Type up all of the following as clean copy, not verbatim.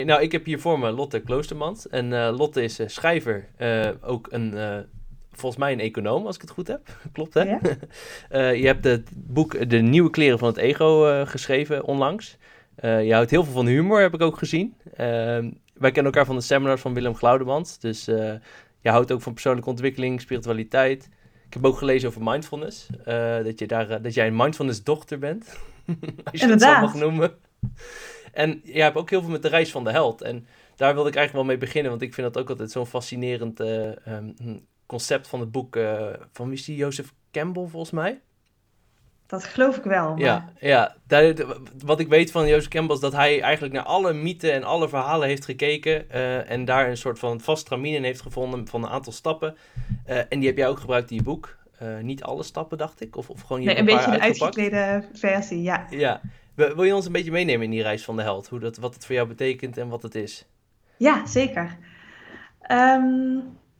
Nou, ik heb hier voor me Lotte Kloostermans. En Lotte is schrijver, ook volgens mij een econoom, als ik het goed heb. Klopt, hè? Ja? Je hebt het boek De Nieuwe Kleren van het Ego geschreven onlangs. Je houdt heel veel van humor, heb ik ook gezien. Wij kennen elkaar van de seminars van Willem Glaudemans. Dus je houdt ook van persoonlijke ontwikkeling, spiritualiteit. Ik heb ook gelezen over mindfulness. Dat jij een mindfulness dochter bent. Als je het zo mag Inderdaad. noemen. En jij hebt ook heel veel met de reis van de held. En daar wilde ik eigenlijk wel mee beginnen. Want ik vind dat ook altijd zo'n fascinerend concept van het boek. Van wie is die? Joseph Campbell, volgens mij? Dat geloof ik wel, Ja, maar ja. Wat ik weet van Joseph Campbell is dat hij eigenlijk naar alle mythen en alle verhalen heeft gekeken. En daar een soort van vast stramien in heeft gevonden van een aantal stappen. En die heb jij ook gebruikt in je boek. Niet alle stappen, dacht ik. Of gewoon je nee, hebt een een paar beetje de uitgepakt. uitgeklede versie, ja. Ja. Wil je ons een beetje meenemen in die reis van de held? Wat het voor jou betekent en wat het is? Ja, zeker. Ehm,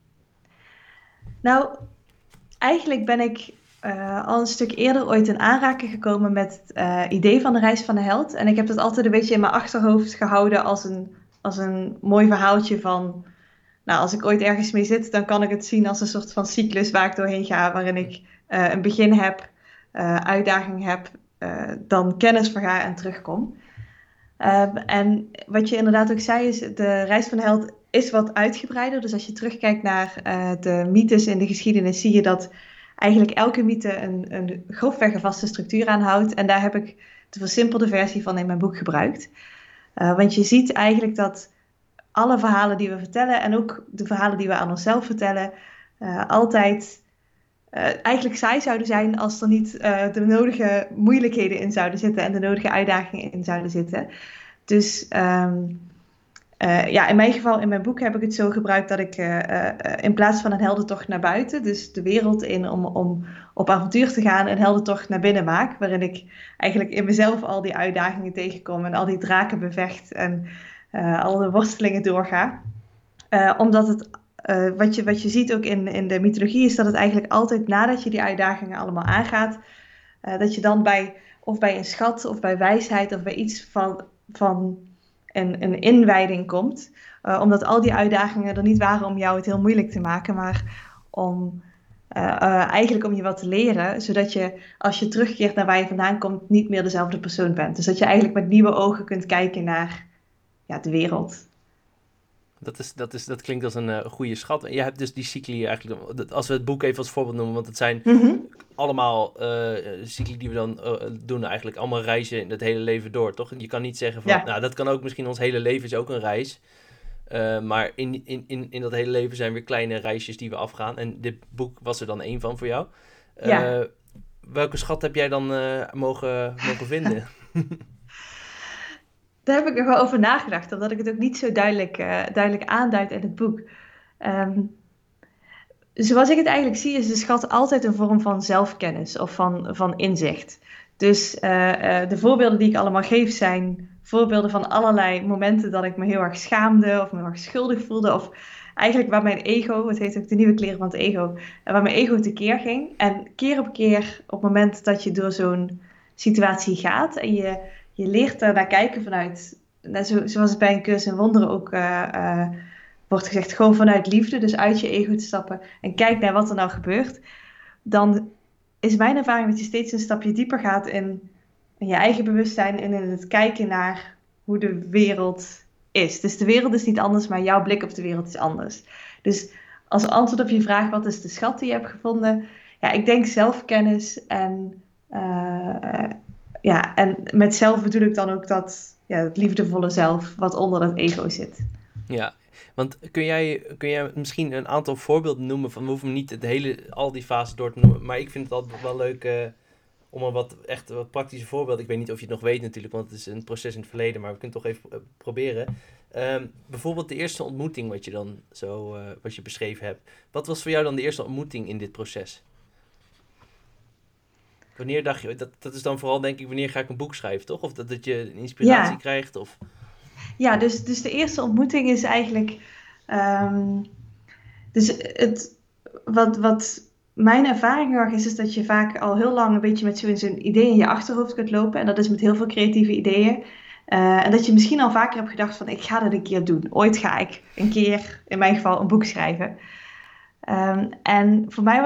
nou, eigenlijk ben ik al een stuk eerder ooit in aanraking gekomen met het idee van de reis van de held. En ik heb dat altijd een beetje in mijn achterhoofd gehouden als een mooi verhaaltje van... Nou, als ik ooit ergens mee zit, dan kan ik het zien als een soort van cyclus waar ik doorheen ga, waarin ik een begin heb, uitdaging heb, dan kennis verga en terugkom. En wat je inderdaad ook zei, is de reis van de held is wat uitgebreider. Dus als je terugkijkt naar de mythes in de geschiedenis, zie je dat eigenlijk elke mythe een grofweg een vaste structuur aanhoudt. En daar heb ik de versimpelde versie van in mijn boek gebruikt. Want je ziet eigenlijk dat alle verhalen die we vertellen en ook de verhalen die we aan onszelf vertellen, altijd eigenlijk saai zouden zijn als er niet de nodige moeilijkheden in zouden zitten en de nodige uitdagingen in zouden zitten. Dus ja, in mijn geval, in mijn boek heb ik het zo gebruikt dat ik in plaats van een heldentocht naar buiten, dus de wereld in om op avontuur te gaan, een heldentocht naar binnen maak, waarin ik eigenlijk in mezelf al die uitdagingen tegenkom en al die draken bevecht en al de worstelingen doorga. Omdat het, wat je ziet ook in de mythologie, is dat het eigenlijk altijd nadat je die uitdagingen allemaal aangaat, dat je dan of bij een schat of bij wijsheid of bij iets van een inwijding komt. Omdat al die uitdagingen er niet waren om jou het heel moeilijk te maken, maar eigenlijk om je wat te leren, zodat je als je terugkeert naar waar je vandaan komt, niet meer dezelfde persoon bent. Dus dat je eigenlijk met nieuwe ogen kunt kijken naar de wereld. Dat klinkt als een goede schat. En je hebt dus die cycli eigenlijk, als we het boek even als voorbeeld noemen, want het zijn Mhm. allemaal cycli die we dan doen, eigenlijk allemaal reizen in het hele leven door, toch? Je kan niet zeggen van, Ja, nou, dat kan ook misschien ons hele leven is ook een reis. Maar in dat hele leven zijn weer kleine reisjes die we afgaan. En dit boek was er dan één van voor jou. ja. Uh, Welke schat heb jij dan mogen vinden? Daar heb ik nog wel over nagedacht, omdat ik het ook niet zo duidelijk aanduid in het boek. Ehm, Zoals ik het eigenlijk zie, is de schat altijd een vorm van zelfkennis of van inzicht. Dus de voorbeelden die ik allemaal geef zijn voorbeelden van allerlei momenten dat ik me heel erg schaamde of me heel erg schuldig voelde. Of eigenlijk waar mijn ego, het heet ook de nieuwe kleren van het ego, waar mijn ego tekeer ging. En keer op keer op het moment dat je door zo'n situatie gaat en je leert er naar kijken vanuit, zoals het bij een cursus in wonderen ook wordt gezegd, gewoon vanuit liefde, dus uit je ego te stappen en kijk naar wat er nou gebeurt, dan is mijn ervaring dat je steeds een stapje dieper gaat in je eigen bewustzijn en in het kijken naar hoe de wereld is. Dus de wereld is niet anders, maar jouw blik op de wereld is anders. Dus als antwoord op je vraag, wat is de schat die je hebt gevonden? Ja, ik denk zelfkennis en met zelf bedoel ik dan ook het liefdevolle zelf wat onder dat ego zit. Ja, want kun jij misschien een aantal voorbeelden noemen van, we hoeven niet al die fases door te noemen, maar ik vind het altijd wel leuk om een wat praktische voorbeeld. Ik weet niet of je het nog weet natuurlijk, want het is een proces in het verleden, maar we kunnen het toch even proberen. Bijvoorbeeld de eerste ontmoeting wat je dan wat je beschreven hebt. Wat was voor jou dan de eerste ontmoeting in dit proces? Wanneer dacht je, dat is dan vooral denk ik, wanneer ga ik een boek schrijven, toch? Of dat je een inspiratie Ja, krijgt, of... ja, dus de eerste ontmoeting is eigenlijk. ehm, dus wat mijn ervaring heel erg is dat je vaak al heel lang een beetje met zo'n idee in je achterhoofd kunt lopen. En dat is met heel veel creatieve ideeën. En dat je misschien al vaker hebt gedacht van ik ga dat een keer doen. Ooit ga ik een keer, in mijn geval, een boek schrijven. En voor mij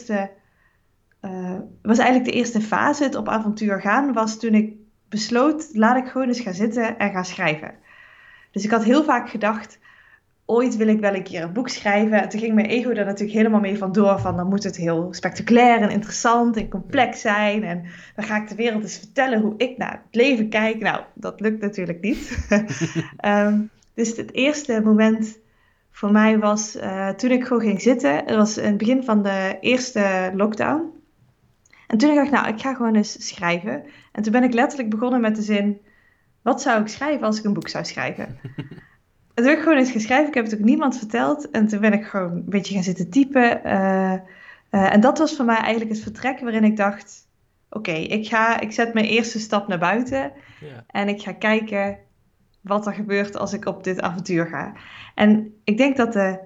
was eigenlijk de eerste fase, het op avontuur gaan, was toen ik besloot, laat ik gewoon eens gaan zitten en gaan schrijven. Dus ik had heel vaak gedacht, ooit wil ik wel een keer een boek schrijven. En toen ging mijn ego daar natuurlijk helemaal mee vandoor. Van dan moet het heel spectaculair en interessant en complex zijn. En dan ga ik de wereld eens vertellen hoe ik naar het leven kijk. Nou, dat lukt natuurlijk niet. Dus het eerste moment voor mij was toen ik gewoon ging zitten. Het was in het begin van de eerste lockdown. En toen dacht ik, nou, ik ga gewoon eens schrijven. En toen ben ik letterlijk begonnen met de zin, wat zou ik schrijven als ik een boek zou schrijven? En toen heb ik gewoon eens geschreven. Ik heb het ook niemand verteld. En toen ben ik gewoon een beetje gaan zitten typen. En dat was voor mij eigenlijk het vertrek waarin ik dacht, oké, ik zet mijn eerste stap naar buiten. Ja. En ik ga kijken wat er gebeurt als ik op dit avontuur ga. En ik denk dat de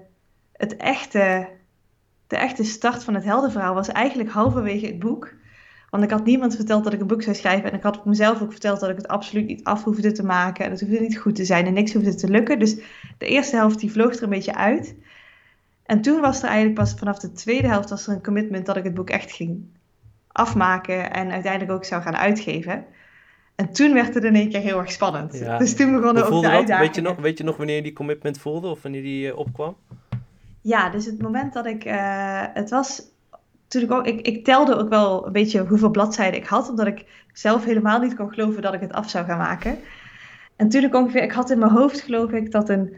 echte start van het heldenverhaal was eigenlijk halverwege het boek. Want ik had niemand verteld dat ik een boek zou schrijven. En ik had mezelf ook verteld dat ik het absoluut niet af hoefde te maken. En het hoefde niet goed te zijn en niks hoefde te lukken. Dus de eerste helft die vloog er een beetje uit. En toen was er eigenlijk pas vanaf de tweede helft was er een commitment dat ik het boek echt ging afmaken. En uiteindelijk ook zou gaan uitgeven. En toen werd het in één keer heel erg spannend. Ja. Dus toen begonnen ook de uitdagingen. Weet je nog wanneer je die commitment voelde of wanneer die opkwam? Ja, dus het moment dat ik... het was... Toen ik telde ook wel een beetje hoeveel bladzijden ik had, omdat ik zelf helemaal niet kon geloven dat ik het af zou gaan maken. En toen ik had in mijn hoofd geloof ik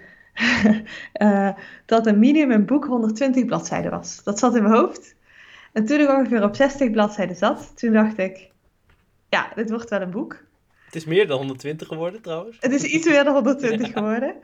dat een minimum boek 120 bladzijden was. Dat zat in mijn hoofd. En toen ik ongeveer op 60 bladzijden zat, toen dacht ik, ja, dit wordt wel een boek. Het is meer dan 120 geworden trouwens. Het is iets meer dan 120 geworden.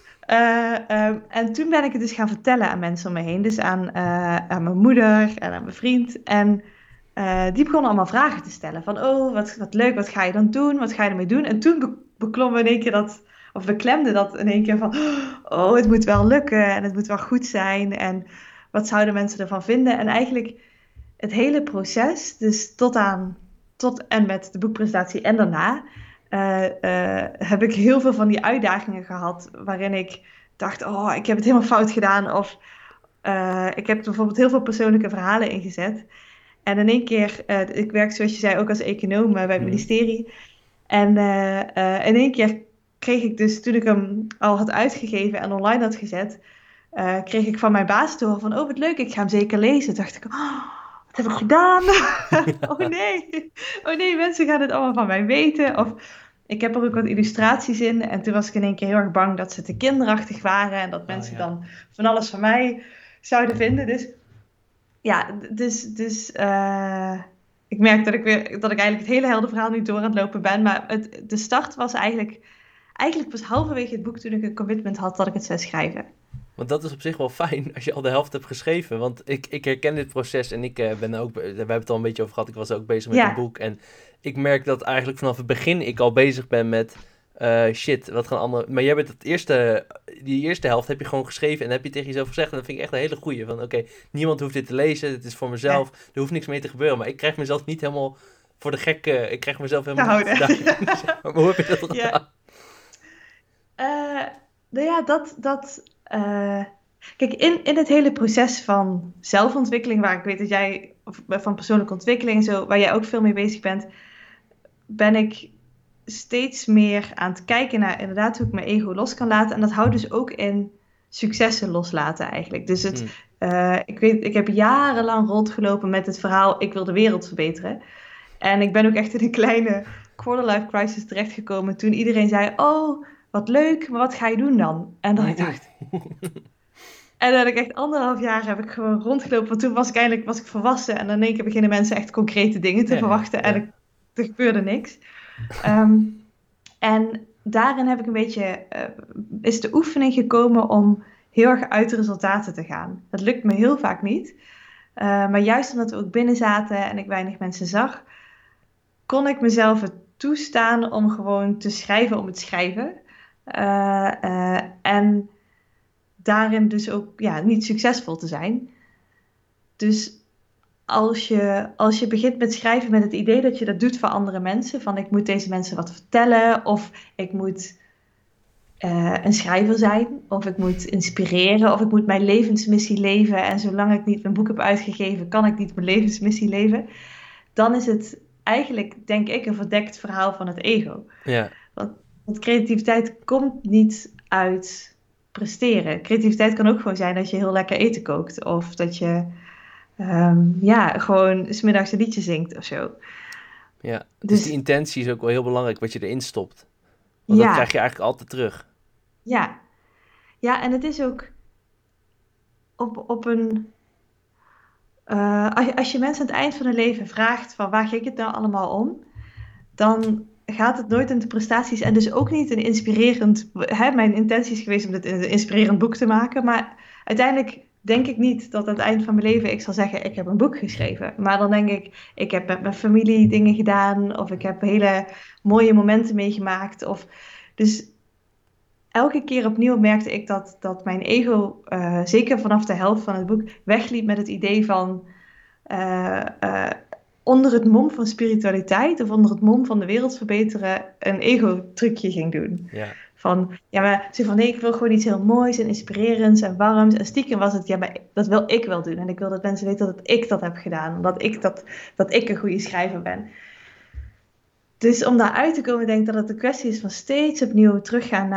En toen ben ik het dus gaan vertellen aan mensen om me heen. Dus aan mijn moeder en aan mijn vriend. En die begonnen allemaal vragen te stellen. Van, oh, wat leuk, wat ga je dan doen? Wat ga je ermee doen? En toen beklommen we in één keer beklemde dat in één keer van, oh, het moet wel lukken en het moet wel goed zijn. En wat zouden mensen ervan vinden? En eigenlijk het hele proces, dus tot en met de boekpresentatie en daarna... heb ik heel veel van die uitdagingen gehad waarin ik dacht, oh, ik heb het helemaal fout gedaan. Of ik heb bijvoorbeeld heel veel persoonlijke verhalen ingezet. En in één keer, ik werk zoals je zei ook als econoom bij het ministerie. En in één keer kreeg ik dus, toen ik hem al had uitgegeven en online had gezet, kreeg ik van mijn baas te horen van, oh wat leuk, ik ga hem zeker lezen. Toen dacht ik, oh, wat heb ik gedaan? Oh nee, mensen gaan het allemaal van mij weten. Of ik heb er ook wat illustraties in. En toen was ik in één keer heel erg bang dat ze te kinderachtig waren. En dat mensen dan van alles van mij zouden vinden. Dus ja, ik merk dat ik eigenlijk het hele heldenverhaal nu door aan het lopen ben. Maar de start was eigenlijk pas halverwege het boek toen ik een commitment had dat ik het zou schrijven. Want dat is op zich wel fijn als je al de helft hebt geschreven. Want ik herken dit proces en ik ben ook... We hebben het al een beetje over gehad. Ik was ook bezig met een boek. En ik merk dat eigenlijk vanaf het begin ik al bezig ben met... shit, wat gaan anderen... Maar jij bent die eerste helft heb je gewoon geschreven en heb je tegen jezelf gezegd. En dat vind ik echt een hele goeie. Van oké, niemand hoeft dit te lezen. Het is voor mezelf. Er hoeft niks mee te gebeuren. Maar ik krijg mezelf niet helemaal voor de gek... ik krijg mezelf helemaal... houden. Maar hoe heb je dat gedaan? Nou ja, kijk, in het hele proces van zelfontwikkeling, waar ik weet dat jij, van persoonlijke ontwikkeling en zo, waar jij ook veel mee bezig bent, ben ik steeds meer aan het kijken naar inderdaad hoe ik mijn ego los kan laten. En dat houdt dus ook in successen loslaten eigenlijk. Dus ik heb jarenlang rondgelopen met het verhaal, ik wil de wereld verbeteren. En ik ben ook echt in een kleine quarterlife crisis terechtgekomen toen iedereen zei, oh, wat leuk, maar wat ga je doen dan? En dan ik dacht... En dan heb ik echt 1,5 jaar heb ik gewoon rondgelopen. Want toen was ik volwassen. En dan in één keer beginnen mensen echt concrete dingen te verwachten. En er gebeurde niks. En daarin heb ik een beetje... is de oefening gekomen om heel erg uit de resultaten te gaan. Dat lukt me heel vaak niet. Maar juist omdat we ook binnen zaten en ik weinig mensen zag... kon ik mezelf het toestaan om gewoon te schrijven om het schrijven. En daarin dus ook niet succesvol te zijn. Dus als je begint met schrijven met het idee dat je dat doet voor andere mensen, van ik moet deze mensen wat vertellen, of ik moet een schrijver zijn, of ik moet inspireren, of ik moet mijn levensmissie leven en zolang ik niet mijn boek heb uitgegeven, kan ik niet mijn levensmissie leven, dan is het eigenlijk, denk ik, een verdekt verhaal van het ego. Ja. Want creativiteit komt niet uit presteren. Creativiteit kan ook gewoon zijn dat je heel lekker eten kookt, of dat je gewoon 's middags een liedje zingt of zo. Ja, dus die intentie is ook wel heel belangrijk, wat je erin stopt. Want dat krijg je eigenlijk altijd terug. Ja, ja, en het is ook op een... als je mensen aan het eind van hun leven vraagt van waar ging het nou allemaal om, dan gaat het nooit om de prestaties en dus ook niet een inspirerend... Mijn intentie is geweest om dit een inspirerend boek te maken, maar uiteindelijk denk ik niet dat aan het eind van mijn leven ik zal zeggen ik heb een boek geschreven. Maar dan denk ik heb met mijn familie dingen gedaan of ik heb hele mooie momenten meegemaakt. Dus elke keer opnieuw merkte ik dat mijn ego, zeker vanaf de helft van het boek, wegliep met het idee van onder het mom van spiritualiteit of onder het mom van de wereld verbeteren een ego-trucje ging doen. Ja. Nee, ik wil gewoon iets heel moois en inspirerends en warms. En stiekem was het, ja, maar dat wil ik wel doen. En ik wil dat mensen weten dat ik dat heb gedaan. Omdat dat ik een goede schrijver ben. Dus om daaruit te komen, denk ik dat het een kwestie is van steeds opnieuw teruggaan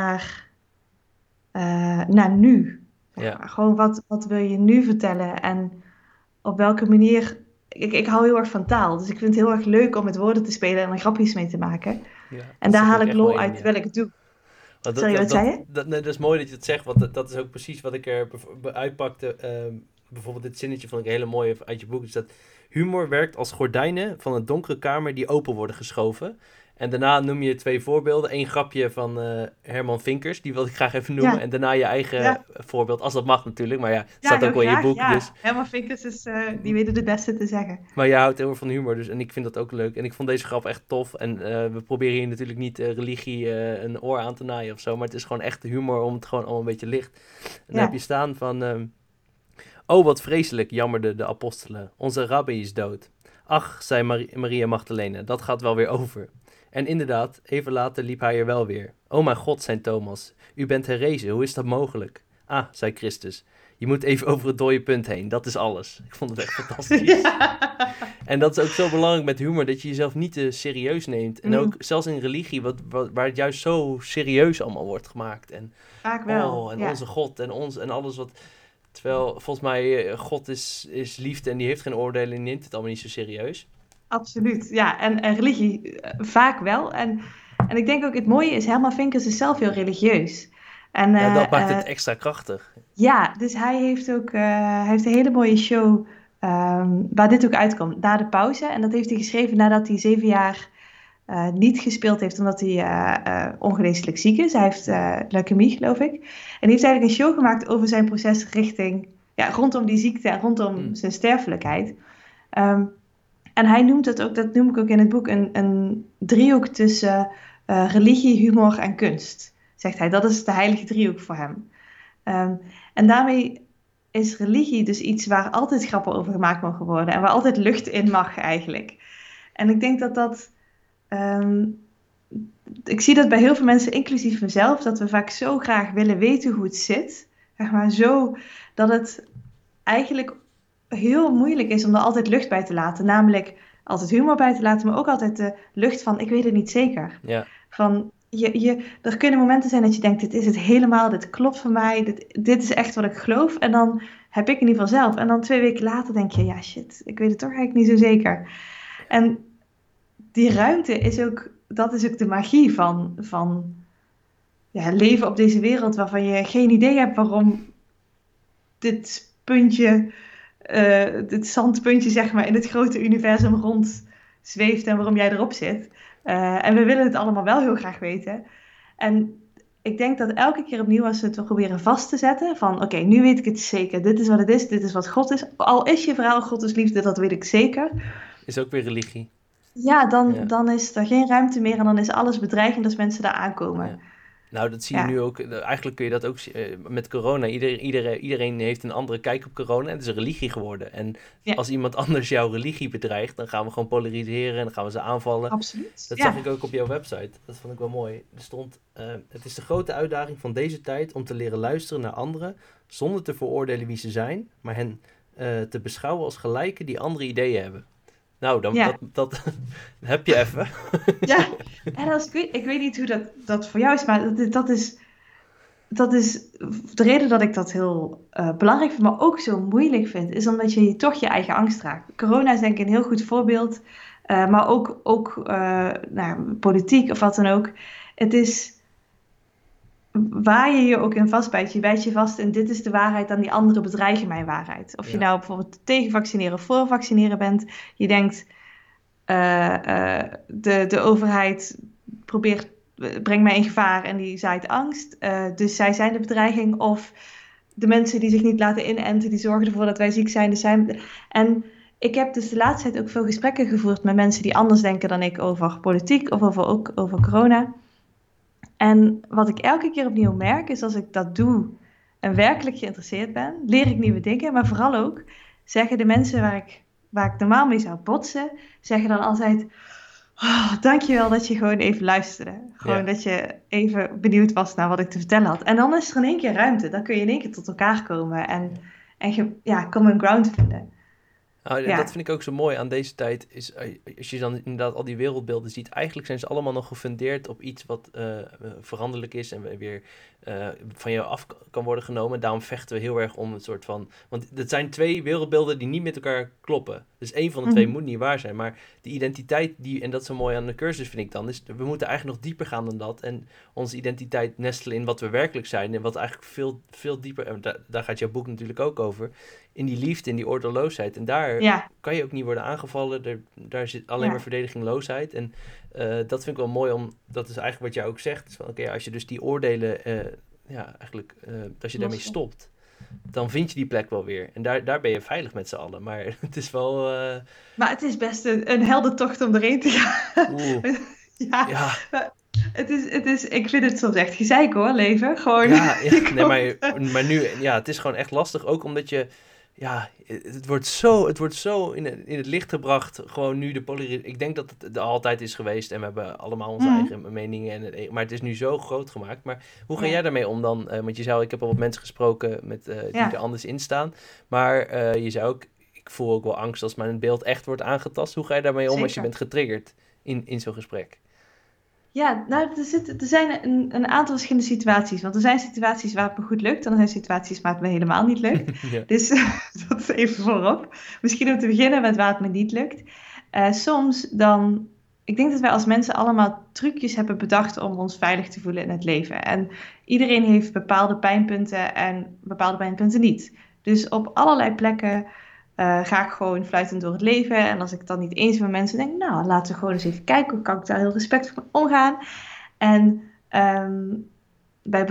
naar nu. Ja. Gewoon wat wil je nu vertellen en op welke manier... Ik hou heel erg van taal, dus ik vind het heel erg leuk om met woorden te spelen en er grapjes mee te maken. Ja, en daar haal ik lol uit terwijl ik het doe. Sorry, wat zei je? Dat is mooi dat je het zegt, want dat is ook precies wat ik er uitpakte. Bijvoorbeeld dit zinnetje vond ik een hele mooie uit je boek. Dus dat humor werkt als gordijnen van een donkere kamer die open worden geschoven. En daarna noem je 2 voorbeelden. 1 grapje van Herman Vinkers, die wilde ik graag even noemen. Ja. En daarna je eigen voorbeeld, als dat mag natuurlijk. Maar ja, het staat ook wel in je boek. Ja. Dus. Herman Vinkers die weten het beste te zeggen. Maar jij houdt heel erg van humor, dus, en ik vind dat ook leuk. En ik vond deze grap echt tof. En we proberen hier natuurlijk niet religie een oor aan te naaien of zo. Maar het is gewoon echt humor om het gewoon allemaal een beetje licht. En dan heb je staan van... Oh, wat vreselijk, jammerden de apostelen. Onze rabbi is dood. Ach, zei Maria Magdalena, dat gaat wel weer over. En inderdaad, even later liep hij er wel weer. O mijn God, zei Thomas, u bent herrezen, hoe is dat mogelijk? Ah, zei Christus, je moet even over het dode punt heen, dat is alles. Ik vond het echt fantastisch. Ja. En dat is ook zo belangrijk met humor, dat je jezelf niet te serieus neemt. En ook zelfs in religie, waar het juist zo serieus allemaal wordt gemaakt. En, vaak wel. En onze God en alles wat... Terwijl volgens mij God is liefde en die heeft geen oordelen en neemt het allemaal niet zo serieus. Absoluut, ja. En religie vaak wel. En ik denk ook het mooie is, Herman Vinkers is zelf heel religieus. En, dat maakt het extra krachtig. Ja, dus hij heeft ook hij heeft een hele mooie show waar dit ook uitkomt, na de pauze. En dat heeft hij geschreven nadat hij 7 jaar niet gespeeld heeft, omdat hij ongeneeslijk ziek is. Hij heeft leukemie, geloof ik. En hij heeft eigenlijk een show gemaakt over zijn proces rondom die ziekte en rondom zijn sterfelijkheid. En hij noemt het ook, dat noem ik ook in het boek, een driehoek tussen religie, humor en kunst. Zegt hij, dat is de heilige driehoek voor hem. En daarmee is religie dus iets waar altijd grappen over gemaakt mogen worden. En waar altijd lucht in mag eigenlijk. En ik denk dat ik zie dat bij heel veel mensen, inclusief mezelf, dat we vaak zo graag willen weten hoe het zit. Zeg maar zo dat het eigenlijk heel moeilijk is om er altijd lucht bij te laten. Namelijk altijd humor bij te laten, maar ook altijd de lucht van ik weet het niet zeker. Ja. Van er kunnen momenten zijn dat je denkt, dit is het helemaal, dit klopt voor mij, dit is echt wat ik geloof. En dan heb ik in ieder geval zelf. En dan 2 weken later denk je, ja shit, ik weet het toch eigenlijk niet zo zeker. En die ruimte is ook de magie van leven op deze wereld, waarvan je geen idee hebt waarom dit puntje, dit zandpuntje zeg maar in het grote universum rond zweeft en waarom jij erop zit. En we willen het allemaal wel heel graag weten. En ik denk dat elke keer opnieuw als we het proberen vast te zetten van oké, nu weet ik het zeker. Dit is wat het is, dit is wat God is. Al is je verhaal God is liefde, dat weet ik zeker. Is ook weer religie. Ja, dan is er geen ruimte meer en dan is alles bedreigend als mensen daar aankomen. Nou, dat zie je Ja, nu ook. Eigenlijk kun je dat ook met corona. Iedereen heeft een andere kijk op corona. En het is een religie geworden. En ja, als iemand anders jouw religie bedreigt, dan gaan we gewoon polariseren en dan gaan we ze aanvallen. absoluut. Dat zag Ja, ik ook op jouw website. Dat vond ik wel mooi. Er stond: het is de grote uitdaging van deze tijd om te leren luisteren naar anderen zonder te veroordelen wie ze zijn, maar hen te beschouwen als gelijken die andere ideeën hebben. Nou, ja, dat heb je even. ja. En ik weet niet hoe dat voor jou is, maar dat is de reden dat ik dat heel belangrijk vind, maar ook zo moeilijk vind, is omdat je toch je eigen angst raakt. Corona is denk ik een heel goed voorbeeld, maar ook nou, politiek of wat dan ook. Het is waar je je ook in vastbijt. Je bijt je vast in dit is de waarheid, dan die anderen bedreigen mijn waarheid. Of je Ja, nou bijvoorbeeld tegen vaccineren of voor vaccineren bent, je denkt de overheid brengt mij in gevaar en die zaait angst. Dus zij zijn de bedreiging. Of de mensen die zich niet laten inenten, die zorgen ervoor dat wij ziek zijn. En ik heb dus de laatste tijd ook veel gesprekken gevoerd met mensen die anders denken dan ik over politiek of ook over corona. En wat ik elke keer opnieuw merk, is als ik dat doe en werkelijk geïnteresseerd ben, leer ik nieuwe dingen. Maar vooral ook zeggen de mensen waar ik normaal mee zou botsen, zeggen dan altijd: oh, dankjewel dat je gewoon even luisterde. Gewoon ja. dat je even benieuwd was naar wat ik te vertellen had. En dan is er in één keer ruimte. Dan kun je in één keer tot elkaar komen en common ground vinden. Nou, en dat Ja, vind ik ook zo mooi aan deze tijd, is als je dan inderdaad al die wereldbeelden ziet, eigenlijk zijn ze allemaal nog gefundeerd op iets wat veranderlijk is en weer van jou af kan worden genomen. Daarom vechten we heel erg om het soort van, want het zijn twee wereldbeelden die niet met elkaar kloppen. Dus één van de twee mhm, moet niet waar zijn, maar de identiteit, en dat is zo mooi aan de cursus vind ik dan, is we moeten eigenlijk nog dieper gaan dan dat en onze identiteit nestelen in wat we werkelijk zijn en wat eigenlijk veel, veel dieper, en daar gaat jouw boek natuurlijk ook over, in die liefde, in die ordeloosheid. En daar ja, kan je ook niet worden aangevallen. Daar zit alleen maar ja, verdedigingloosheid. En dat vind ik wel mooi dat is eigenlijk wat jij ook zegt. Is van, oké, als je dus die oordelen, als je daarmee loslaten. stopt, dan vind je die plek wel weer. En daar ben je veilig met z'n allen. Maar het is wel, Maar het is best een heldentocht om erheen te gaan. oeh, Ja, ja, maar ik vind het soms echt gezeik hoor, leven. Gewoon, ja, ja, je nee, komt... maar nu, ja, het is gewoon echt lastig. Ook omdat je, ja, het wordt zo in het licht gebracht. Gewoon nu de polarisatie. Ik denk dat het er altijd is geweest en we hebben allemaal onze Mhm, eigen meningen. Maar het is nu zo groot gemaakt. Maar hoe ga jij ja, daarmee om dan? Want je zei, ik heb al wat mensen gesproken die er ja, anders in staan. Maar je zei ook, ik voel ook wel angst als mijn beeld echt wordt aangetast. Hoe ga je daarmee om als je zeker. bent getriggerd in zo'n gesprek? Ja, nou, er zijn een aantal verschillende situaties. Want er zijn situaties waar het me goed lukt en er zijn situaties waar het me helemaal niet lukt. Ja, Dus dat is even voorop. Misschien om te beginnen met waar het me niet lukt. Soms dan... Ik denk dat wij als mensen allemaal trucjes hebben bedacht om ons veilig te voelen in het leven. En iedereen heeft bepaalde pijnpunten en bepaalde pijnpunten niet. Dus op allerlei plekken ga ik gewoon fluitend door het leven. En als ik het dan niet eens met mensen denk, nou, laten we gewoon eens even kijken. Hoe kan ik daar heel respectvol mee omgaan? En bij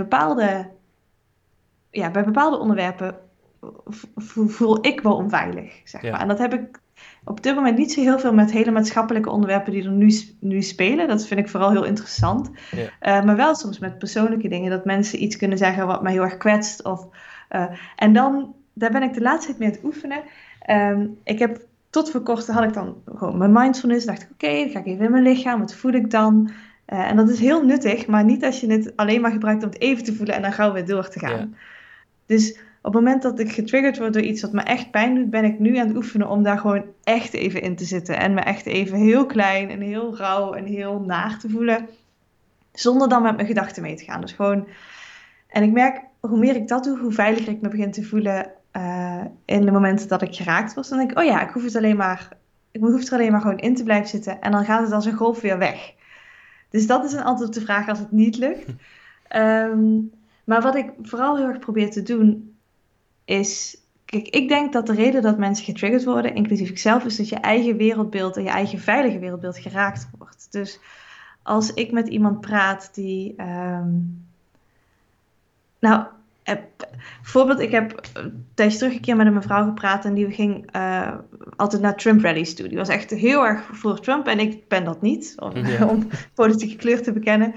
bepaalde onderwerpen voel ik wel onveilig, zeg maar. ja, En dat heb ik op dit moment niet zo heel veel met hele maatschappelijke onderwerpen die er nu spelen. Dat vind ik vooral heel interessant. ja, Maar wel soms met persoonlijke dingen, dat mensen iets kunnen zeggen wat mij heel erg kwetst. En dan, daar ben ik de laatste tijd mee aan het oefenen. Ik heb tot voor kort had ik dan gewoon mijn mindfulness. Dacht ik, oké, dan ga ik even in mijn lichaam. Wat voel ik dan? En dat is heel nuttig, maar niet als je het alleen maar gebruikt om het even te voelen en dan gauw weer door te ja, gaan. Dus op het moment dat ik getriggerd word door iets wat me echt pijn doet, ben ik nu aan het oefenen om daar gewoon echt even in te zitten. En me echt even heel klein en heel rauw en heel naar te voelen. Zonder dan met mijn gedachten mee te gaan. Dus gewoon... En ik merk, hoe meer ik dat doe, hoe veiliger ik me begin te voelen in de momenten dat ik geraakt word. Dan denk ik, oh ja, ik hoef er alleen maar gewoon in te blijven zitten. En dan gaat het als een golf weer weg. Dus dat is een antwoord op de vraag als het niet lukt. Maar wat ik vooral heel erg probeer te doen is... Kijk, ik denk dat de reden dat mensen getriggerd worden, inclusief ikzelf, is dat je eigen wereldbeeld en je eigen veilige wereldbeeld geraakt wordt. Dus als ik met iemand praat die... nou, bijvoorbeeld, ik heb tijdens terug een keer met een mevrouw gepraat en die ging altijd naar Trump-rallies toe. Die was echt heel erg voor Trump en ik ben dat niet, om politieke kleur te bekennen.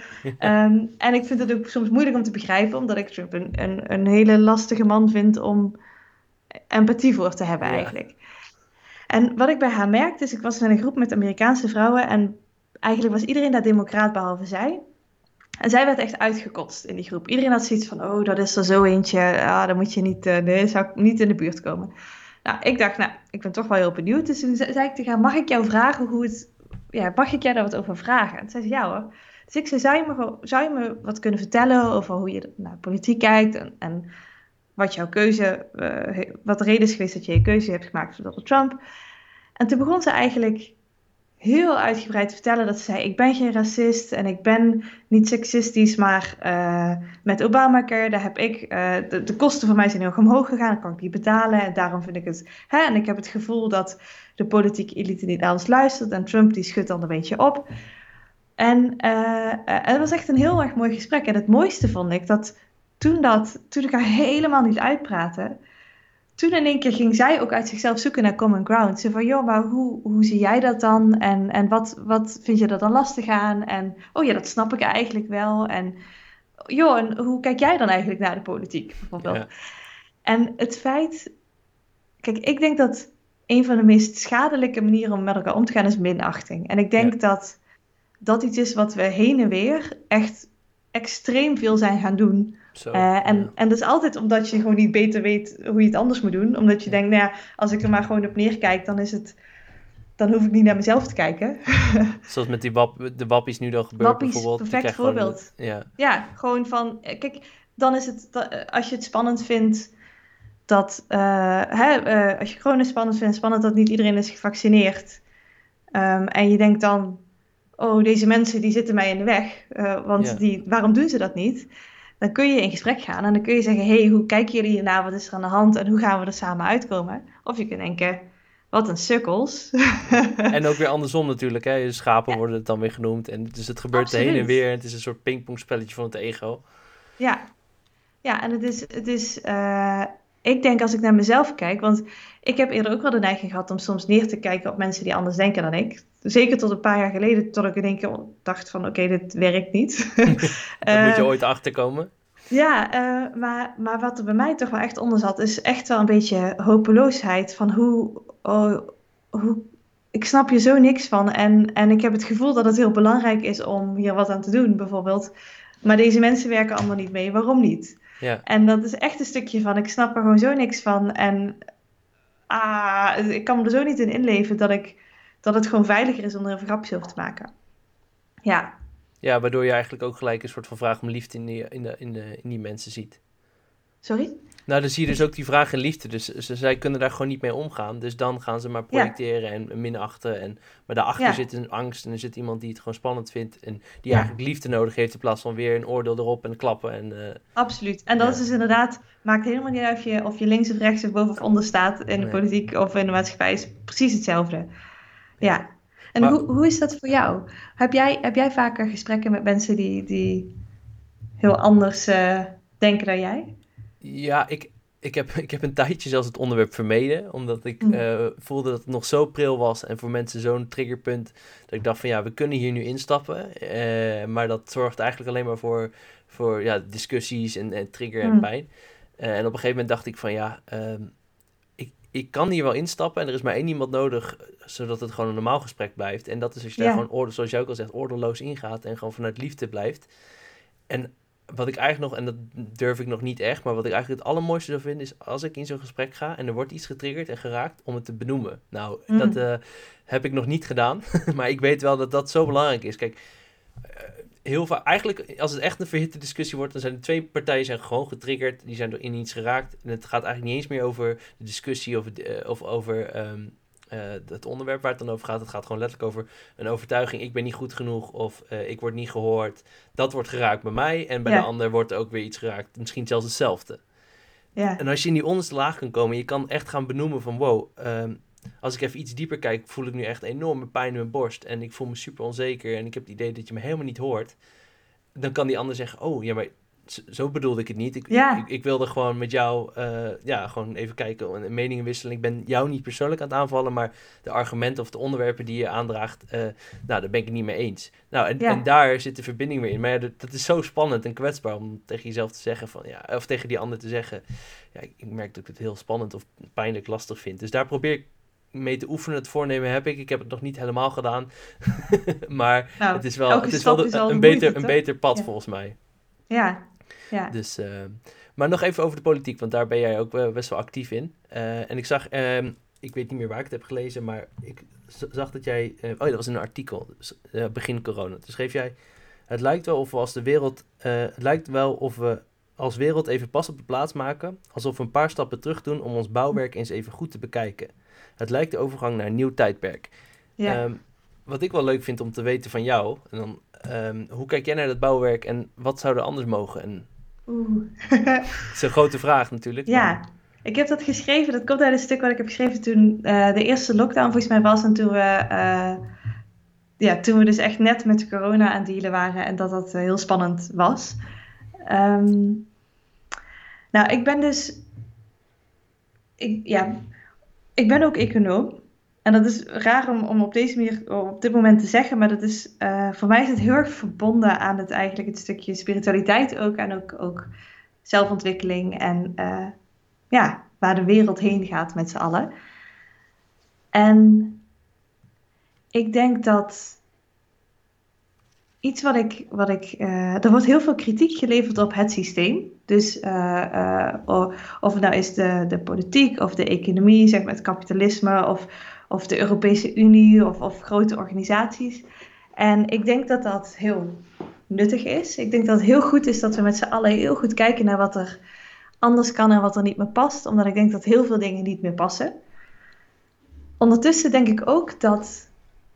En ik vind het ook soms moeilijk om te begrijpen, omdat ik Trump een hele lastige man vind om empathie voor te hebben eigenlijk. En wat ik bij haar merkte is, ik was in een groep met Amerikaanse vrouwen en eigenlijk was iedereen daar democraat behalve zij. En zij werd echt uitgekotst in die groep. Iedereen had zoiets van, oh, dat is er zo eentje. Dan moet je niet, nee, zou ik niet in de buurt komen. Nou, ik dacht, ik ben toch wel heel benieuwd. Dus toen zei ik tegen haar, mag ik jou vragen mag ik jou daar wat over vragen? En toen zei ze, ja hoor. Dus ik zei, zou je me wat kunnen vertellen over hoe je naar politiek kijkt en wat jouw keuze, wat de reden is geweest dat je keuze hebt gemaakt voor Donald Trump? En toen begon ze eigenlijk heel uitgebreid te vertellen dat ze zei, ik ben geen racist en ik ben niet seksistisch, maar met Obamacare, daar heb ik, de kosten voor mij zijn heel erg omhoog gegaan, dan kan ik die betalen en daarom vind ik het, en ik heb het gevoel dat de politieke elite niet naar ons luistert en Trump die schudt dan een beetje op. En het was echt een heel erg mooi gesprek en het mooiste vond ik dat toen ik haar helemaal niet uitpraatte, toen in één keer ging zij ook uit zichzelf zoeken naar common ground. Ze van, joh, maar hoe zie jij dat dan? En wat vind je er dan lastig aan? En, oh ja, dat snap ik eigenlijk wel. En, joh, en hoe kijk jij dan eigenlijk naar de politiek, bijvoorbeeld? Ja. En het feit... Kijk, ik denk dat een van de meest schadelijke manieren om met elkaar om te gaan is minachting. En ik denk dat iets is wat we heen en weer echt extreem veel zijn gaan doen. En dat is altijd omdat je gewoon niet beter weet hoe je het anders moet doen. Omdat je denkt, nou ja, als ik er maar gewoon op neerkijk, dan hoef ik niet naar mezelf te kijken. Zoals met de wappies nu dan gebeurt bijvoorbeeld. Perfect voorbeeld. Ja, gewoon van, kijk, dan is het, als je het spannend vindt dat, als je corona spannend vindt, spannend dat niet iedereen is gevaccineerd. En je denkt dan, oh, deze mensen die zitten mij in de weg, want waarom doen ze dat niet? Dan kun je in gesprek gaan en dan kun je zeggen, hey, hoe kijken jullie hiernaar, wat is er aan de hand en hoe gaan we er samen uitkomen? Of je kunt denken, wat een sukkels. En ook weer andersom natuurlijk, hè? Schapen worden het dan weer genoemd en dus het gebeurt heen en weer en het is een soort pingpongspelletje van het ego. Ja, en het is ik denk als ik naar mezelf kijk, want ik heb eerder ook wel de neiging gehad om soms neer te kijken op mensen die anders denken dan ik. Zeker tot een paar jaar geleden, tot ik in één keer dacht van oké, dit werkt niet. Dat moet je ooit achterkomen. Ja, maar wat er bij mij toch wel echt onder zat, is echt wel een beetje hopeloosheid van hoe ik snap hier zo niks van en ik heb het gevoel dat het heel belangrijk is om hier wat aan te doen, bijvoorbeeld. Maar deze mensen werken allemaal niet mee, waarom niet? Ja. En dat is echt een stukje van, ik snap er gewoon zo niks van. En ik kan me er zo niet in inleven dat het gewoon veiliger is om er een grapje over te maken. Ja. Ja, waardoor je eigenlijk ook gelijk een soort van vraag om liefde in die mensen ziet. Sorry? Nou, dan zie je dus ook die vraag in liefde. Dus zij kunnen daar gewoon niet mee omgaan. Dus dan gaan ze maar projecteren en minachten. Maar daarachter zit een angst en er zit iemand die het gewoon spannend vindt. En die eigenlijk liefde nodig heeft in plaats van weer een oordeel erop en klappen. Absoluut. En dat is dus inderdaad, maakt helemaal niet uit of je links of rechts of boven of onder staat in de politiek of in de maatschappij. Is precies hetzelfde. Ja. En maar, hoe is dat voor jou? Heb jij vaker gesprekken met mensen die heel anders denken dan jij? Ja, ik heb een tijdje zelfs het onderwerp vermeden. Omdat ik voelde dat het nog zo pril was. En voor mensen zo'n triggerpunt. Dat ik dacht van we kunnen hier nu instappen. Maar dat zorgt eigenlijk alleen maar voor discussies en trigger en pijn. En op een gegeven moment dacht ik van ik kan hier wel instappen. En er is maar één iemand nodig. Zodat het gewoon een normaal gesprek blijft. En dat is als je daar gewoon, zoals jij ook al zegt, oordeelloos ingaat. En gewoon vanuit liefde blijft. En wat ik eigenlijk nog, en dat durf ik nog niet echt, maar wat ik eigenlijk het allermooiste zou vinden, is als ik in zo'n gesprek ga en er wordt iets getriggerd en geraakt, om het te benoemen. Nou, dat heb ik nog niet gedaan, maar ik weet wel dat dat zo belangrijk is. Kijk, heel vaak, eigenlijk als het echt een verhitte discussie wordt, dan zijn de twee partijen gewoon getriggerd, die zijn door in iets geraakt. En het gaat eigenlijk niet eens meer over de discussie of over het onderwerp waar het dan over gaat. Het gaat gewoon letterlijk over een overtuiging. Ik ben niet goed genoeg of ik word niet gehoord. Dat wordt geraakt bij mij en bij de ander wordt ook weer iets geraakt. Misschien zelfs hetzelfde. Ja. En als je in die onderste laag kan komen, je kan echt gaan benoemen van wow, als ik even iets dieper kijk, voel ik nu echt enorme pijn in mijn borst en ik voel me super onzeker en ik heb het idee dat je me helemaal niet hoort. Dan kan die ander zeggen, oh ja, maar zo bedoelde ik het niet. Ik wilde gewoon met jou gewoon even kijken, een meningenwisseling. Ik ben jou niet persoonlijk aan het aanvallen, maar de argumenten of de onderwerpen die je aandraagt, daar ben ik het niet mee eens. Nou, en daar zit de verbinding weer in. Maar ja, dat is zo spannend en kwetsbaar om tegen jezelf te zeggen of tegen die ander te zeggen, ja, ik merk dat ik het heel spannend of pijnlijk lastig vind. Dus daar probeer ik mee te oefenen. Het voornemen heb ik. Ik heb het nog niet helemaal gedaan. Maar het is wel een beter pad volgens mij. Ja. Dus, maar nog even over de politiek, want daar ben jij ook best wel actief in. En ik zag, ik weet niet meer waar ik het heb gelezen, maar ik zag dat jij, dat was in een artikel, begin corona. Toen schreef jij, het lijkt wel of we als wereld even pas op de plaats maken, alsof we een paar stappen terug doen om ons bouwwerk eens even goed te bekijken. Het lijkt de overgang naar een nieuw tijdperk. Ja. Wat ik wel leuk vind om te weten van jou, en dan, hoe kijk jij naar dat bouwwerk en wat zou er anders mogen? Dat is een grote vraag natuurlijk. Ja, ik heb dat geschreven. Dat komt uit een stuk wat ik heb geschreven toen de eerste lockdown volgens mij was. En toen we dus echt net met corona aan het dealen waren. En dat heel spannend was. Nou, ik ben dus... Ik ben ook econoom. En dat is raar om op deze manier op dit moment te zeggen. Maar dat is, voor mij is het heel erg verbonden aan het stukje spiritualiteit ook. En ook zelfontwikkeling. En waar de wereld heen gaat met z'n allen. En ik denk dat iets er wordt heel veel kritiek geleverd op het systeem. Dus of het nou is de politiek of de economie, zeg maar het kapitalisme of de Europese Unie of grote organisaties. En ik denk dat dat heel nuttig is. Ik denk dat het heel goed is dat we met z'n allen heel goed kijken naar wat er anders kan en wat er niet meer past. Omdat ik denk dat heel veel dingen niet meer passen. Ondertussen denk ik ook dat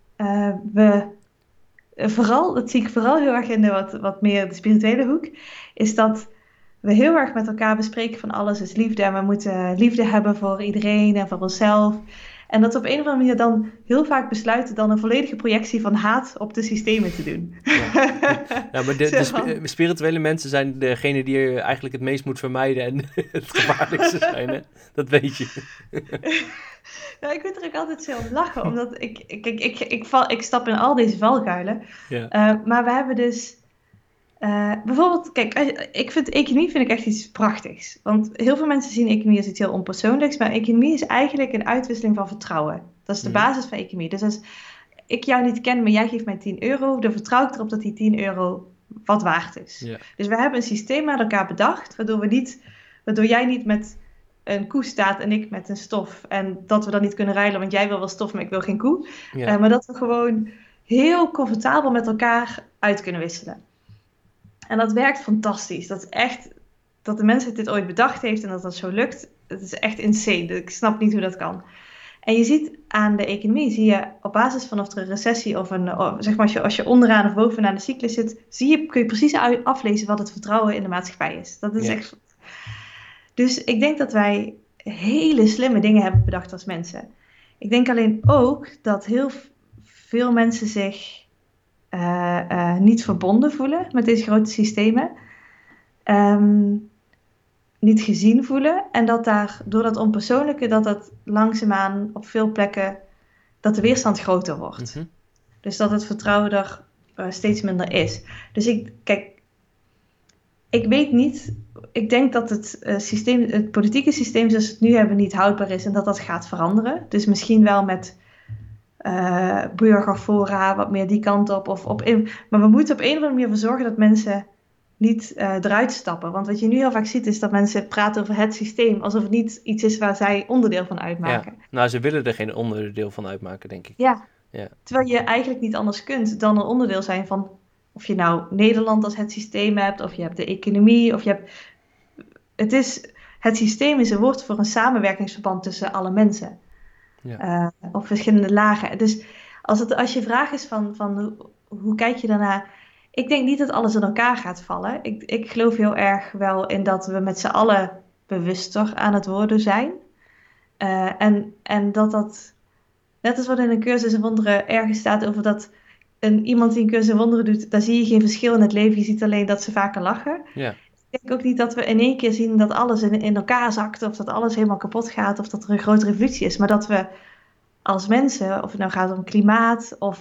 dat zie ik vooral heel erg in de wat meer de spirituele hoek, is dat we heel erg met elkaar bespreken van alles is liefde en we moeten liefde hebben voor iedereen en voor onszelf. En dat we op een of andere manier dan heel vaak besluiten dan een volledige projectie van haat op de systemen te doen. Ja, maar de spirituele mensen zijn degene die je eigenlijk het meest moet vermijden en het gevaarlijkste zijn, hè? Dat weet je. Nou, ik vind er ook altijd zo om lachen, omdat ik stap in al deze valkuilen. Ja. Maar we hebben dus... bijvoorbeeld, kijk, economie vind ik echt iets prachtigs. Want heel veel mensen zien economie als iets heel onpersoonlijks, maar economie is eigenlijk een uitwisseling van vertrouwen. Dat is de basis van economie. Dus als ik jou niet ken, maar jij geeft mij 10 euro, dan vertrouw ik erop dat die 10 euro wat waard is. Ja. Dus we hebben een systeem met elkaar bedacht, waardoor jij niet met een koe staat en ik met een stof. En dat we dan niet kunnen ruilen, want jij wil wel stof, maar ik wil geen koe. Ja. Maar dat we gewoon heel comfortabel met elkaar uit kunnen wisselen. En dat werkt fantastisch. Dat is echt, dat de mensheid dit ooit bedacht heeft en dat dat zo lukt. Het is echt insane. Ik snap niet hoe dat kan. En je ziet aan de economie, zie je op basis van of er een recessie of zeg maar als je onderaan of bovenaan de cyclus zit, kun je precies aflezen wat het vertrouwen in de maatschappij is. Dat is echt. Dus ik denk dat wij hele slimme dingen hebben bedacht als mensen. Ik denk alleen ook dat heel veel mensen zich niet verbonden voelen met deze grote systemen. Niet gezien voelen. En dat door dat onpersoonlijke, dat langzaamaan op veel plekken, dat de weerstand groter wordt. Mm-hmm. Dus dat het vertrouwen er steeds minder is. Dus ik weet niet, ik denk dat het politieke systeem zoals we het nu hebben niet houdbaar is en dat gaat veranderen. Dus misschien wel met burgerfora, wat meer die kant op. Maar we moeten op een of andere manier voor zorgen dat mensen niet eruit stappen. Want wat je nu heel vaak ziet is dat mensen praten over het systeem alsof het niet iets is waar zij onderdeel van uitmaken. Ja. Nou, ze willen er geen onderdeel van uitmaken, denk ik. Ja. Terwijl je eigenlijk niet anders kunt dan een onderdeel zijn van of je nou Nederland als het systeem hebt, of je hebt de economie, of je hebt... Het systeem is een woord voor een samenwerkingsverband tussen alle mensen. Ja. Op verschillende lagen. Dus als je vraag is van hoe kijk je daarnaar? Ik denk niet dat alles in elkaar gaat vallen. Ik geloof heel erg wel in dat we met z'n allen bewuster aan het worden zijn. En dat net als wat in een cursus in wonderen ergens staat over dat iemand die een cursus in wonderen doet, daar zie je geen verschil in het leven. Je ziet alleen dat ze vaker lachen. Ja. Ik denk ook niet dat we in één keer zien dat alles in elkaar zakt, of dat alles helemaal kapot gaat, of dat er een grote revolutie is. Maar dat we als mensen, of het nou gaat om klimaat of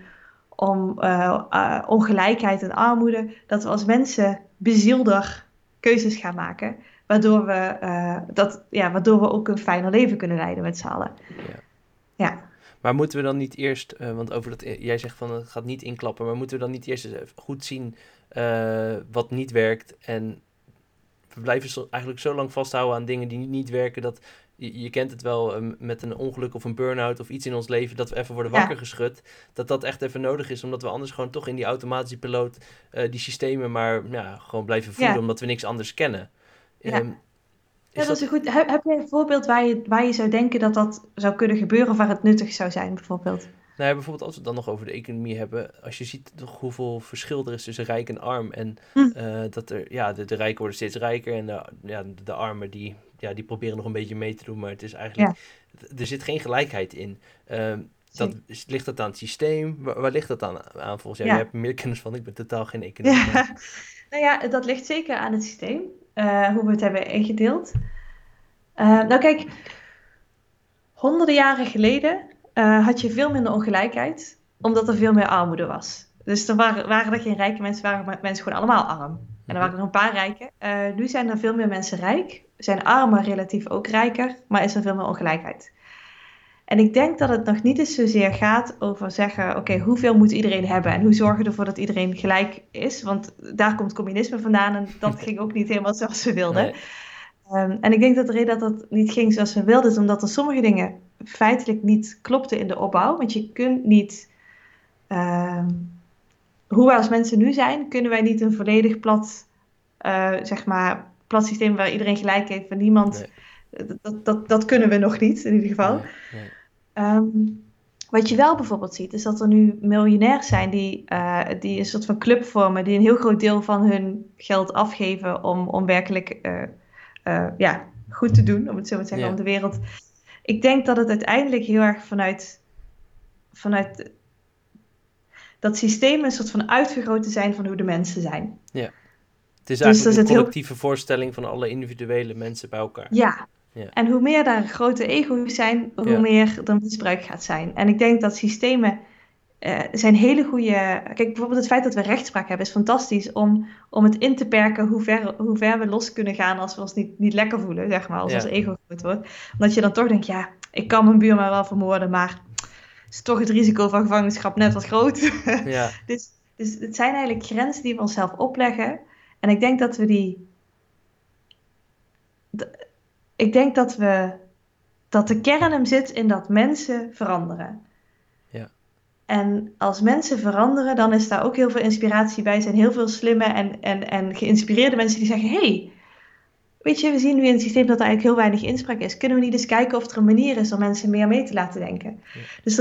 om ongelijkheid en armoede, dat we als mensen bezielder keuzes gaan maken, waardoor we ook een fijner leven kunnen leiden met z'n allen. Ja. Ja. Maar moeten we dan niet eerst, want over dat, jij zegt van het gaat niet inklappen, maar moeten we dan niet eerst eens even goed zien wat niet werkt en we blijven eigenlijk zo lang vasthouden aan dingen die niet werken dat je kent het wel met een ongeluk of een burn-out of iets in ons leven dat we even worden wakker geschud, dat echt even nodig is, omdat we anders gewoon toch in die automatische piloot die systemen maar gewoon blijven voeden, omdat we niks anders kennen. Ja. Is dat is dat... een goed. Heb je een voorbeeld waar je zou denken dat dat zou kunnen gebeuren of waar het nuttig zou zijn, bijvoorbeeld? Nou ja, bijvoorbeeld als we het dan nog over de economie hebben. Als je ziet toch hoeveel verschil er is tussen rijk en arm. En dat er, de rijken worden steeds rijker. En de armen die proberen nog een beetje mee te doen. Maar het is eigenlijk, er zit geen gelijkheid in. Ligt dat aan het systeem? Waar ligt dat aan volgens jou? Jij hebt er meer kennis van, ik ben totaal geen econoom. Ja. Nou ja, dat ligt zeker aan het systeem. Hoe we het hebben ingedeeld. Nou kijk, honderden jaren geleden had je veel minder ongelijkheid, omdat er veel meer armoede was. Dus er waren er geen rijke mensen, waren mensen gewoon allemaal arm. En er waren er een paar rijken. Nu zijn er veel meer mensen rijk, zijn armen relatief ook rijker, maar is er veel meer ongelijkheid. En ik denk dat het nog niet eens zozeer gaat over zeggen, oké, hoeveel moet iedereen hebben en hoe zorgen we ervoor dat iedereen gelijk is? Want daar komt communisme vandaan en dat ging ook niet helemaal zoals we wilden. Nee. En ik denk dat de reden dat dat niet ging zoals we wilden, is omdat er sommige dingen feitelijk niet klopten in de opbouw. Want je kunt niet, hoe wij als mensen nu zijn, kunnen wij niet een volledig plat, plat systeem waar iedereen gelijk heeft en niemand. Nee. Dat kunnen we nog niet, in ieder geval. Nee. Wat je wel bijvoorbeeld ziet, is dat er nu miljonairs zijn die een soort van club vormen, die een heel groot deel van hun geld afgeven om werkelijk goed te doen, om het zo maar te zeggen, om de wereld. Ik denk dat het uiteindelijk heel erg vanuit dat systeem een soort van uitvergroten zijn van hoe de mensen zijn. Ja. Het is eigenlijk een collectieve voorstelling van alle individuele mensen bij elkaar. Ja. En hoe meer daar grote ego's zijn, hoe meer er misbruik gaat zijn. En ik denk dat systemen zijn hele goede. Kijk, bijvoorbeeld het feit dat we rechtspraak hebben is fantastisch om het in te perken hoe ver we los kunnen gaan als we ons niet lekker voelen, zeg maar, als ons ego groot wordt. Omdat je dan toch denkt, ja, ik kan mijn buurman wel vermoorden, maar is toch het risico van gevangenschap net wat groot. Ja. Dus het zijn eigenlijk grenzen die we onszelf opleggen. En ik denk dat we dat de kern hem zit in dat mensen veranderen. Ja. En als mensen veranderen, dan is daar ook heel veel inspiratie bij. Er zijn heel veel slimme en geïnspireerde mensen die zeggen, hey, weet je, we zien nu in het systeem dat er eigenlijk heel weinig inspraak is. Kunnen we niet eens kijken of er een manier is om mensen meer mee te laten denken? Ja. Dus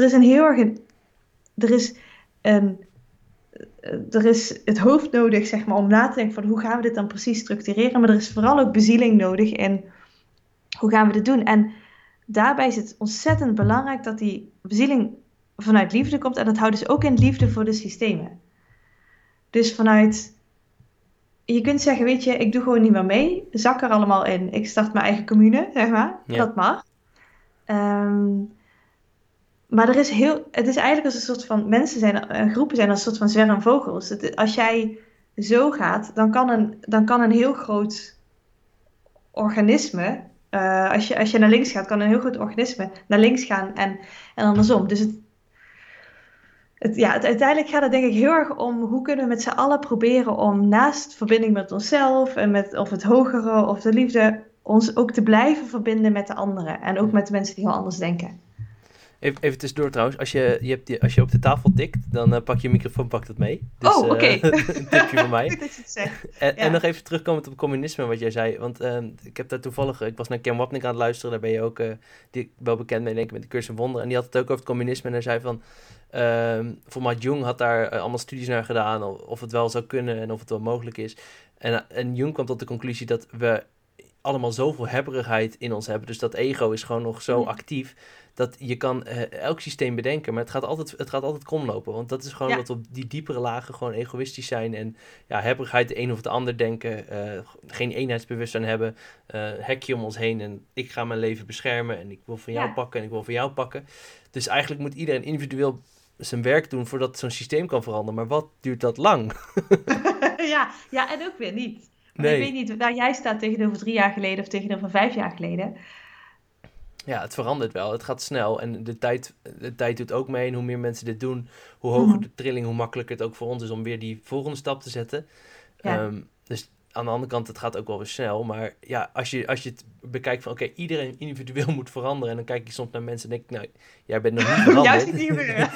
er is het hoofd nodig, zeg maar, om na te denken van hoe gaan we dit dan precies structureren. Maar er is vooral ook bezieling nodig in hoe gaan we dit doen. En daarbij is het ontzettend belangrijk dat die bezieling vanuit liefde komt. En dat houdt dus ook in liefde voor de systemen. Dus je kunt zeggen, weet je, ik doe gewoon niet meer mee. Zak er allemaal in. Ik start mijn eigen commune, zeg maar. Ja. Dat mag. Maar het is eigenlijk als een soort van groepen zijn als een soort van zwermvogels. Als jij zo gaat, dan kan een heel groot organisme, als je naar links gaat, kan een heel groot organisme naar links gaan en andersom. Dus uiteindelijk gaat het denk ik heel erg om hoe kunnen we met z'n allen proberen om naast verbinding met onszelf en of het hogere of de liefde, ons ook te blijven verbinden met de anderen. En ook met de mensen die heel anders denken. Even tussendoor trouwens, als je op de tafel tikt, dan pak je microfoon, pak dat mee. Dus, oké. Een tipje van mij. Goed dat je het zegt. En nog even terugkomend op communisme, wat jij zei. Want ik heb daar toevallig, ik was naar Ken Wapnick aan het luisteren, daar ben je ook wel bekend mee, denk ik, met de cursus in wonderen. En die had het ook over het communisme en hij zei van, volgens mij Jung had daar allemaal studies naar gedaan, of het wel zou kunnen en of het wel mogelijk is. En Jung kwam tot de conclusie dat we allemaal zoveel hebberigheid in ons hebben. Dus dat ego is gewoon nog zo actief. Dat je kan elk systeem bedenken, maar het gaat altijd kromlopen. Want dat is gewoon dat we op die diepere lagen gewoon egoïstisch zijn. En hebberigheid de een of het ander denken. Geen eenheidsbewustzijn hebben. Hekje om ons heen en ik ga mijn leven beschermen. En ik wil van jou pakken en ik wil van jou pakken. Dus eigenlijk moet iedereen individueel zijn werk doen voordat zo'n systeem kan veranderen. Maar wat duurt dat lang? ja, en ook weer niet. Nee. Ik weet niet waar jij staat tegenover 3 jaar geleden of tegenover 5 jaar geleden. Ja, het verandert wel. Het gaat snel. En de tijd doet ook mee. En hoe meer mensen dit doen, hoe hoger de trilling, hoe makkelijker het ook voor ons is om weer die volgende stap te zetten. Ja. Dus aan de andere kant, het gaat ook wel weer snel. Maar ja, als je het bekijkt van, oké, iedereen individueel moet veranderen. En dan kijk je soms naar mensen en denk ik, nou, jij bent nog niet veranderd. Juist niet meer.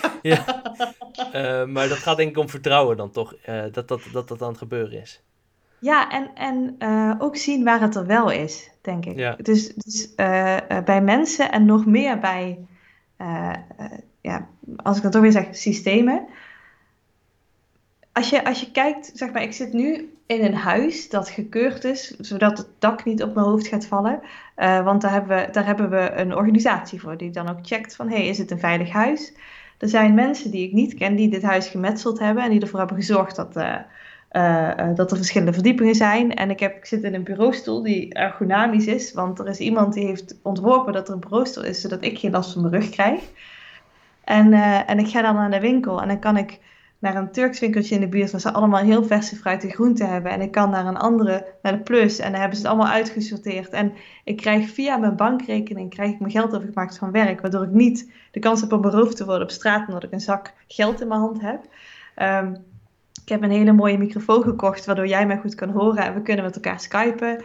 Maar dat gaat denk ik om vertrouwen dan toch. Dat aan het gebeuren is. Ja, en ook zien waar het er wel is, denk ik. Ja. Dus bij mensen en nog meer bij, als ik dan toch weer zeg, systemen. Als je kijkt, zeg maar, ik zit nu in een huis dat gekeurd is, zodat het dak niet op mijn hoofd gaat vallen. Want daar hebben we een organisatie voor die dan ook checkt van, is het een veilig huis? Er zijn mensen die ik niet ken die dit huis gemetseld hebben en die ervoor hebben gezorgd dat er verschillende verdiepingen zijn. En ik zit in een bureaustoel die ergonomisch is. Want er is iemand die heeft ontworpen dat er een bureaustoel is, zodat ik geen last van mijn rug krijg. En ik ga dan naar de winkel en dan kan ik naar een Turks winkeltje in de buurt waar ze allemaal heel verse fruit en groenten hebben. En ik kan naar een andere, naar de Plus. En daar hebben ze het allemaal uitgesorteerd. En ik krijg via mijn bankrekening mijn geld overgemaakt van werk. Waardoor ik niet de kans heb om beroofd te worden op straat omdat ik een zak geld in mijn hand heb. Ik heb een hele mooie microfoon gekocht, waardoor jij mij goed kan horen en we kunnen met elkaar skypen.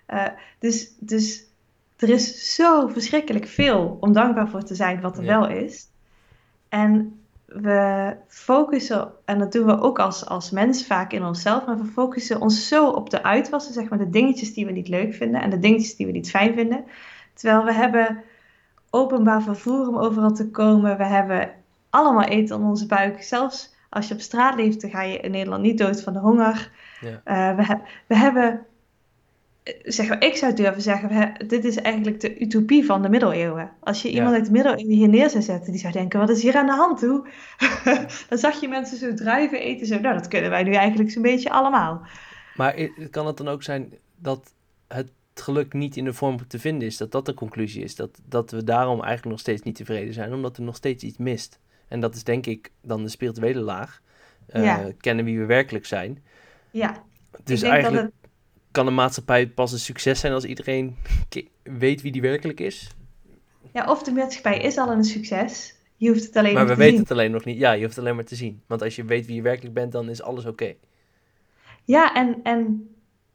Dus er is zo verschrikkelijk veel om dankbaar voor te zijn wat er wel is. En we focussen, en dat doen we ook als mens vaak in onszelf, maar we focussen ons zo op de uitwassen, zeg maar de dingetjes die we niet leuk vinden en de dingetjes die we niet fijn vinden. Terwijl we hebben openbaar vervoer om overal te komen, we hebben allemaal eten in onze buik, zelfs als je op straat leeft, dan ga je in Nederland niet dood van de honger. Ja. We hebben, zeg maar, ik zou durven zeggen, dit is eigenlijk de utopie van de middeleeuwen. Als je iemand uit de middeleeuwen hier neer zou zetten, die zou denken, wat is hier aan de hand? Dan zag je mensen zo druiven eten, zo, nou dat kunnen wij nu eigenlijk zo'n beetje allemaal. Maar kan het dan ook zijn dat het geluk niet in de vorm te vinden is, dat de conclusie is, dat we daarom eigenlijk nog steeds niet tevreden zijn, omdat er nog steeds iets mist? En dat is denk ik dan de spirituele laag. Kennen wie we werkelijk zijn. Ja. Dus eigenlijk kan een maatschappij pas een succes zijn als iedereen weet wie die werkelijk is. Ja, of de maatschappij is al een succes. Je hoeft het alleen maar we weten het alleen nog niet. Ja, je hoeft het alleen maar te zien. Want als je weet wie je werkelijk bent, dan is alles oké. Ja, en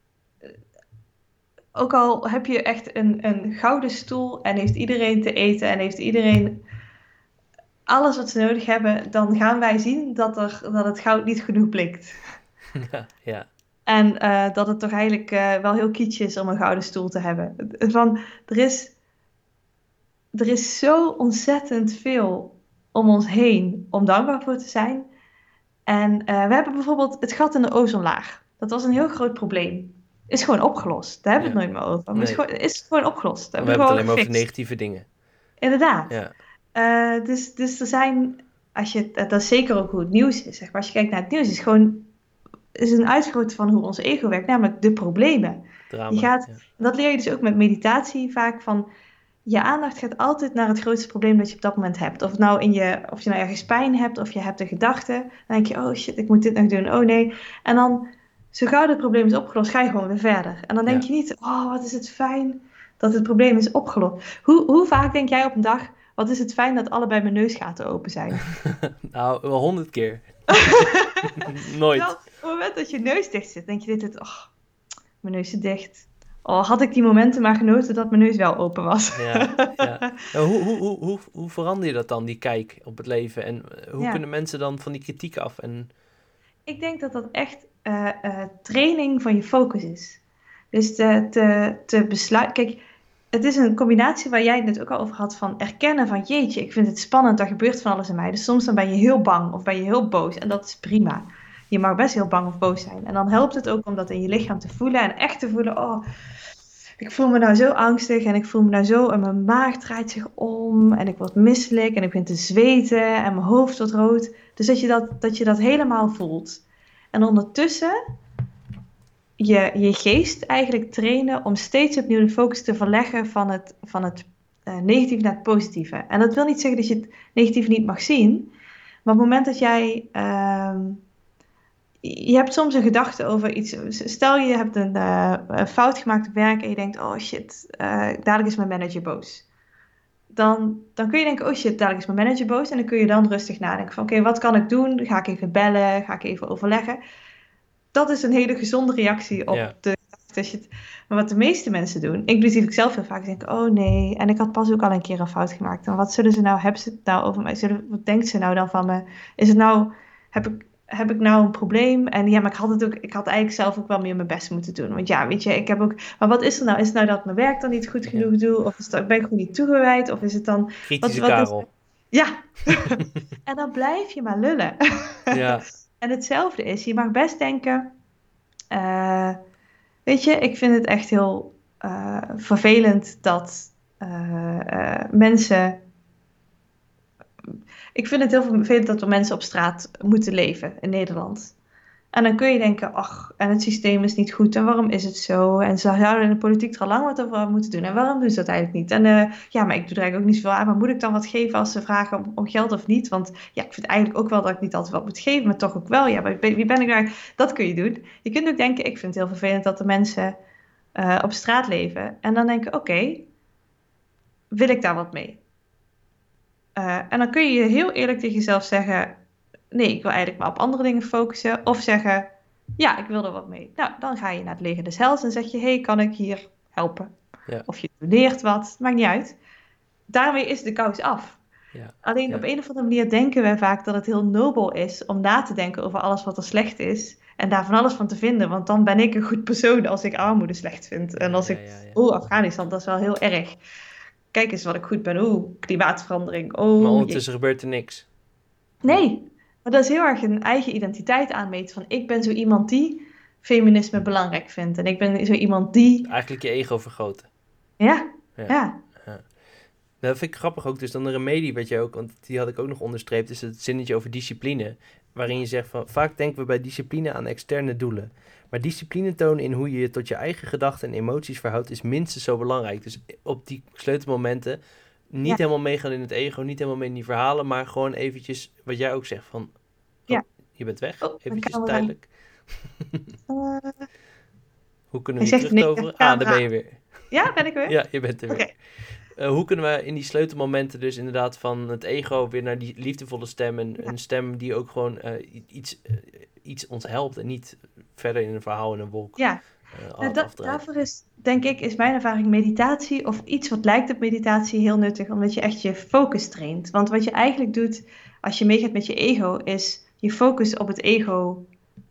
ook al heb je echt een gouden stoel en heeft iedereen te eten en heeft iedereen alles wat ze nodig hebben, dan gaan wij zien dat het goud niet genoeg blinkt. Ja. En dat het toch eigenlijk wel heel kitsch is om een gouden stoel te hebben. Er is zo ontzettend veel om ons heen om dankbaar voor te zijn. En we hebben bijvoorbeeld het gat in de ozonlaag. Dat was een heel groot probleem. Is gewoon opgelost. Daar hebben we het nooit meer over. Maar het is gewoon opgelost. We hebben het alleen maar over negatieve dingen. Inderdaad. Ja. Dus er zijn, dat is zeker ook hoe het nieuws is. Zeg maar. Als je kijkt naar het nieuws, is een uitvergroting van hoe ons ego werkt, namelijk de problemen. Drama, dat leer je dus ook met meditatie vaak van. Je aandacht gaat altijd naar het grootste probleem dat je op dat moment hebt. Of je nou ergens pijn hebt, of je hebt een gedachte. Dan denk je, oh shit, ik moet dit nog doen. Oh nee. En dan, zo gauw het probleem is opgelost, ga je gewoon weer verder. En dan denk je niet, oh wat is het fijn dat het probleem is opgelost. Hoe vaak denk jij op een dag, wat is het fijn dat allebei mijn neusgaten open zijn? Nou, wel 100 keer. Nooit. Nou, op het moment dat je neus dicht zit, denk je mijn neus zit dicht. Oh, had ik die momenten maar genoten dat mijn neus wel open was. Ja. Nou, hoe verander je dat dan, die kijk op het leven? En hoe kunnen mensen dan van die kritiek af? Ik denk dat dat echt training van je focus is. Dus te besluiten. Kijk, het is een combinatie waar jij het net ook al over had van erkennen van jeetje, ik vind het spannend, er gebeurt van alles in mij. Dus soms dan ben je heel bang of ben je heel boos en dat is prima. Je mag best heel bang of boos zijn. En dan helpt het ook om dat in je lichaam te voelen en echt te voelen, oh, ik voel me nou zo angstig en ik voel me nou zo en mijn maag draait zich om en ik word misselijk en ik begin te zweten en mijn hoofd wordt rood. Dus dat je dat helemaal voelt. En ondertussen je geest eigenlijk trainen om steeds opnieuw de focus te verleggen van het negatieve naar het positieve. En dat wil niet zeggen dat je het negatieve niet mag zien, maar op het moment dat jij... je hebt soms een gedachte over iets. Stel je hebt een fout gemaakt op werk en je denkt, oh shit, dadelijk is mijn manager boos. Dan kun je denken, oh shit, dadelijk is mijn manager boos. En dan kun je dan rustig nadenken van, oké, wat kan ik doen? Ga ik even bellen? Ga ik even overleggen? Dat is een hele gezonde reactie op de gedachte. Maar wat de meeste mensen doen, inclusief ik zelf heel vaak, denk oh nee, en ik had pas ook al een keer een fout gemaakt. En wat zullen ze nou, hebben ze het nou over mij? Wat denkt ze nou dan van me? Is het nou, heb ik nou een probleem? En ja, maar ik had eigenlijk zelf ook wel meer mijn best moeten doen. Want ja, weet je, ik heb ook... Maar wat is er nou? Is het nou dat mijn werk dan niet goed genoeg doe? Of ben ik gewoon niet toegewijd? Of is het dan... Kritische Karel. Ja. En dan blijf je maar lullen. Ja. En hetzelfde is, je mag best denken... weet je, ik vind het echt heel vervelend dat mensen... Ik vind het heel vervelend dat er mensen op straat moeten leven in Nederland. En dan kun je denken, ach, en het systeem is niet goed. En waarom is het zo? En ze zouden in de politiek er al lang wat over moeten doen. En waarom doen ze dat eigenlijk niet? En ja, maar ik doe er eigenlijk ook niet zoveel aan. Maar moet ik dan wat geven als ze vragen om geld of niet? Want ja, ik vind eigenlijk ook wel dat ik niet altijd wat moet geven. Maar toch ook wel. Ja, maar wie ben ik daar? Dat kun je doen. Je kunt ook denken, ik vind het heel vervelend dat de mensen op straat leven. En dan denken, oké, wil ik daar wat mee? En dan kun je heel eerlijk tegen jezelf zeggen... nee, ik wil eigenlijk maar op andere dingen focussen. Of zeggen, ja, ik wil er wat mee. Nou, dan ga je naar het leger des heils en zeg je... hey, kan ik hier helpen? Ja. Of je doneert wat, maakt niet uit. Daarmee is de kous af. Ja. Alleen op een of andere manier denken wij vaak dat het heel nobel is... om na te denken over alles wat er slecht is... en daar van alles van te vinden. Want dan ben ik een goed persoon als ik armoede slecht vind. En als Afghanistan, dat is wel heel erg... Kijk eens wat ik goed ben. Klimaatverandering. Maar ondertussen gebeurt er niks. Nee, maar dat is heel erg een eigen identiteit aanmeten. Van ik ben zo iemand die feminisme belangrijk vindt. En ik ben zo iemand die... Eigenlijk je ego vergroten. Ja. Dat vind ik grappig ook. Dus dan de remedie wat je ook... Want die had ik ook nog onderstreept. Is het zinnetje over discipline. Waarin je zegt van... Vaak denken we bij discipline aan externe doelen. Maar discipline tonen in hoe je je tot je eigen gedachten en emoties verhoudt... is minstens zo belangrijk. Dus op die sleutelmomenten... Niet helemaal meegaan in het ego. Niet helemaal mee in die verhalen. Maar gewoon eventjes... Wat jij ook zegt van... je bent weg. Eventjes tijdelijk. Hoe kunnen we hier terugtoveren? Daar ben je weer. Ja, ben ik weer? Ja, je bent er weer. Hoe kunnen we in die sleutelmomenten dus inderdaad van het ego weer naar die liefdevolle stem... een stem die ook gewoon iets ons helpt... en niet verder in een verhaal in een wolk daarvoor is, denk ik, is mijn ervaring meditatie... of iets wat lijkt op meditatie heel nuttig... omdat je echt je focus traint. Want wat je eigenlijk doet als je meegaat met je ego... is je focus op het ego...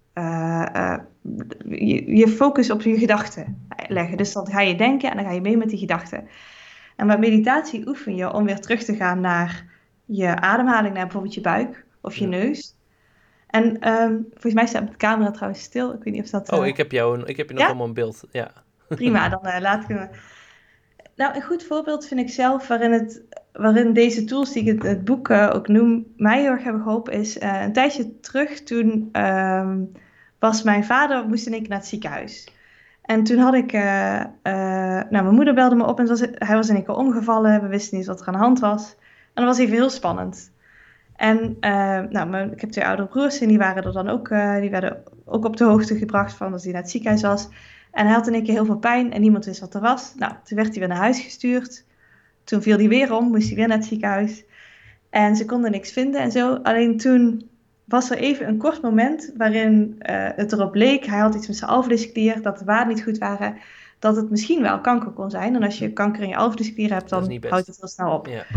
je focus op je gedachten leggen. Dus dan ga je denken en dan ga je mee met die gedachten. En met meditatie oefen je om weer terug te gaan naar je ademhaling, naar bijvoorbeeld je buik of je neus. En volgens mij staat de camera trouwens stil. Ik weet niet of dat... ik heb je nog allemaal in beeld. Ja. Prima, dan laat ik me... Nou, een goed voorbeeld vind ik zelf waarin deze tools die ik het boek ook noem, mij heel erg hebben geholpen, is een tijdje terug toen was mijn vader, moest in één keer naar het ziekenhuis. En toen had ik, mijn moeder belde me op en hij was in één keer omgevallen. We wisten niet wat er aan de hand was. En dat was even heel spannend. En ik heb 2 oudere broers en die waren er dan ook, die werden ook op de hoogte gebracht van dat hij naar het ziekenhuis was. En hij had in één keer heel veel pijn en niemand wist wat er was. Nou, toen werd hij weer naar huis gestuurd. Toen viel hij weer om, moest hij weer naar het ziekenhuis. En ze konden niks vinden en zo. Alleen toen was er even een kort moment waarin het erop leek, hij had iets met zijn alvleesklier, dat de waarden niet goed waren, dat het misschien wel kanker kon zijn. En als je kanker in je alvleesklier hebt, dan houdt het heel snel op. Ja.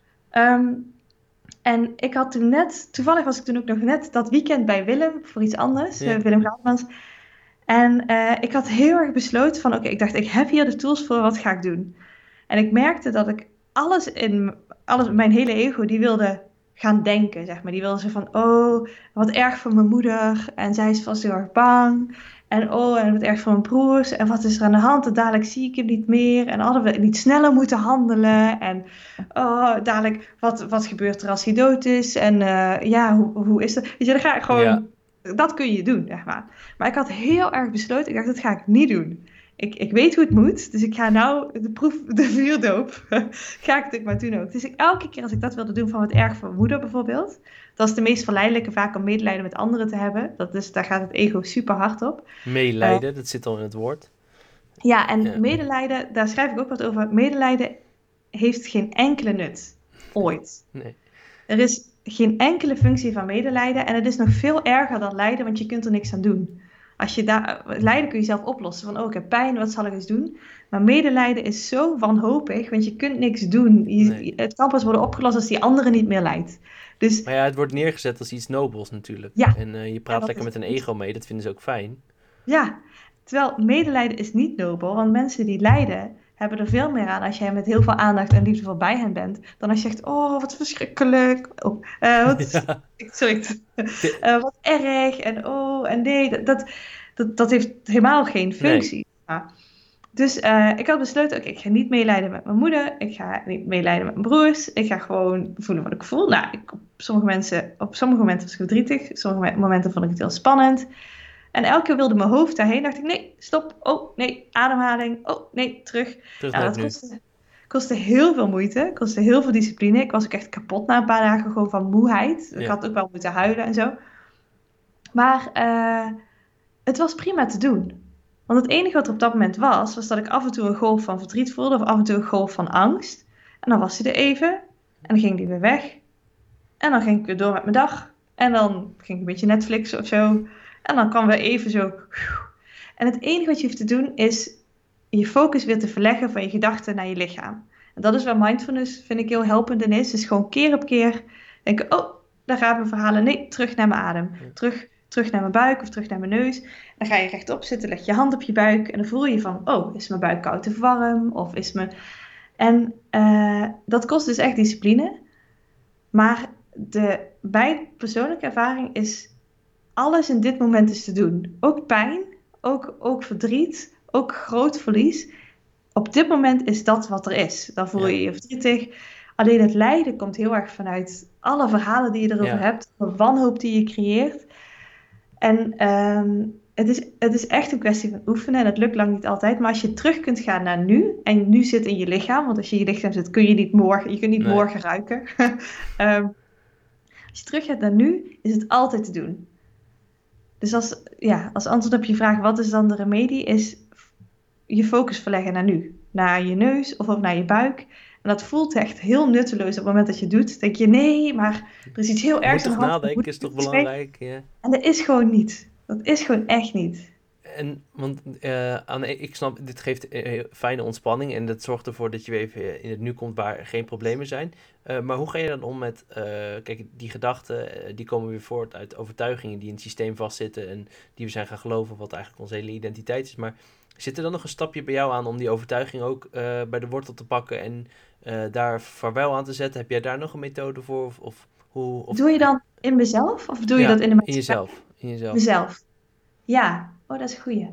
En ik had toen toevallig was ik toen ook nog net dat weekend bij Willem, voor iets anders, Willem Goudmans. En ik had heel erg besloten van, ik dacht, ik heb hier de tools voor, wat ga ik doen? En ik merkte dat ik mijn hele ego, die wilde gaan denken, zeg maar. Die wilde zo van, wat erg voor mijn moeder. En zij is vast heel erg bang. En het erg voor mijn broers. En wat is er aan de hand? En dadelijk zie ik hem niet meer. En hadden we niet sneller moeten handelen. En dadelijk, wat gebeurt er als hij dood is? En hoe is dat? Weet je, dan ga ik gewoon... Ja. Dat kun je doen, zeg maar. Maar ik had heel erg besloten. Ik dacht, dat ga ik niet doen. Ik weet hoe het moet. Dus ik ga nou de vuurdoop. Ga ik het maar doen ook. Dus elke keer als ik dat wilde doen van wat erg voor moeder bijvoorbeeld. Dat is de meest verleidelijke vaak om medelijden met anderen te hebben. Daar gaat het ego super hard op. Meelijden, dat zit al in het woord. Ja, en medelijden, daar schrijf ik ook wat over. Medelijden heeft geen enkele nut. Ooit. Nee. Er is geen enkele functie van medelijden. En het is nog veel erger dan lijden, want je kunt er niks aan doen. Lijden kun je zelf oplossen. Van, ik heb pijn, wat zal ik eens doen? Maar medelijden is zo wanhopig, want je kunt niks doen. Het kan pas worden opgelost als die andere niet meer lijdt. Dus, maar ja, het wordt neergezet als iets nobels natuurlijk. Ja. En je praat lekker met een ego mee, dat vinden ze ook fijn. Ja, terwijl medelijden is niet nobel, want mensen die lijden hebben er veel meer aan als jij met heel veel aandacht en liefde voorbij hen bent, dan als je zegt, wat verschrikkelijk, wat erg, en nee, dat heeft helemaal geen functie. Nee. Dus ik had besloten, ik ga niet meelijden met mijn moeder, ik ga niet meelijden met mijn broers, ik ga gewoon voelen wat ik voel. Nou, op sommige momenten was ik verdrietig, op sommige momenten vond ik het heel spannend. En elke keer wilde mijn hoofd daarheen. Dacht ik, nee, stop. Oh, nee, ademhaling. Oh, nee, terug. Dat kostte heel veel moeite. Kostte heel veel discipline. Ik was ook echt kapot na een paar dagen gewoon van moeheid. Ik had ook wel moeten huilen en zo. Maar het was prima te doen. Want het enige wat er op dat moment was dat ik af en toe een golf van verdriet voelde. Of af en toe een golf van angst. En dan was hij er even. En dan ging die weer weg. En dan ging ik weer door met mijn dag. En dan ging ik een beetje Netflixen of zo. En dan kwam weer even zo. En het enige wat je hoeft te doen is je focus weer te verleggen van je gedachten naar je lichaam. En dat is waar mindfulness, vind ik, heel helpend in is. Dus gewoon keer op keer denken, daar gaan mijn verhalen. Nee, terug naar mijn adem. Terug naar mijn buik of terug naar mijn neus. Dan ga je rechtop zitten, leg je hand op je buik. En dan voel je van, is mijn buik koud of warm? Of is mijn... En dat kost dus echt discipline. Maar bij persoonlijke ervaring is... alles in dit moment is te doen. Ook pijn, ook verdriet, ook groot verlies. Op dit moment is dat wat er is. Dan voel je je verdrietig. Alleen het lijden komt heel erg vanuit alle verhalen die je erover hebt. De wanhoop die je creëert. En het is echt een kwestie van oefenen. En het lukt lang niet altijd. Maar als je terug kunt gaan naar nu. En nu zit in je lichaam. Want als je in je lichaam zit kun je niet morgen. Je kunt niet morgen ruiken. Als je terug gaat naar nu is het altijd te doen. Dus als antwoord op je vraag, wat is dan de remedie, is je focus verleggen naar nu. Naar je neus of naar je buik. En dat voelt echt heel nutteloos op het moment dat je het doet. Denk je, nee, maar er is iets heel ergs aan de hand. Nadenken is toch belangrijk? Ja. En dat is gewoon niet. Dat is gewoon echt niet. Want ik snap, dit geeft fijne ontspanning en dat zorgt ervoor dat je weer even in het nu komt waar er geen problemen zijn. Maar hoe ga je dan om met, kijk, die gedachten, die komen weer voort uit overtuigingen die in het systeem vastzitten en die we zijn gaan geloven, wat eigenlijk onze hele identiteit is. Maar zit er dan nog een stapje bij jou aan om die overtuiging ook bij de wortel te pakken en daar vaarwel aan te zetten? Heb jij daar nog een methode voor? Doe je dan in mezelf of doe je dat in de maatschappij? In jezelf. Mezelf. Ja, dat is een goeie.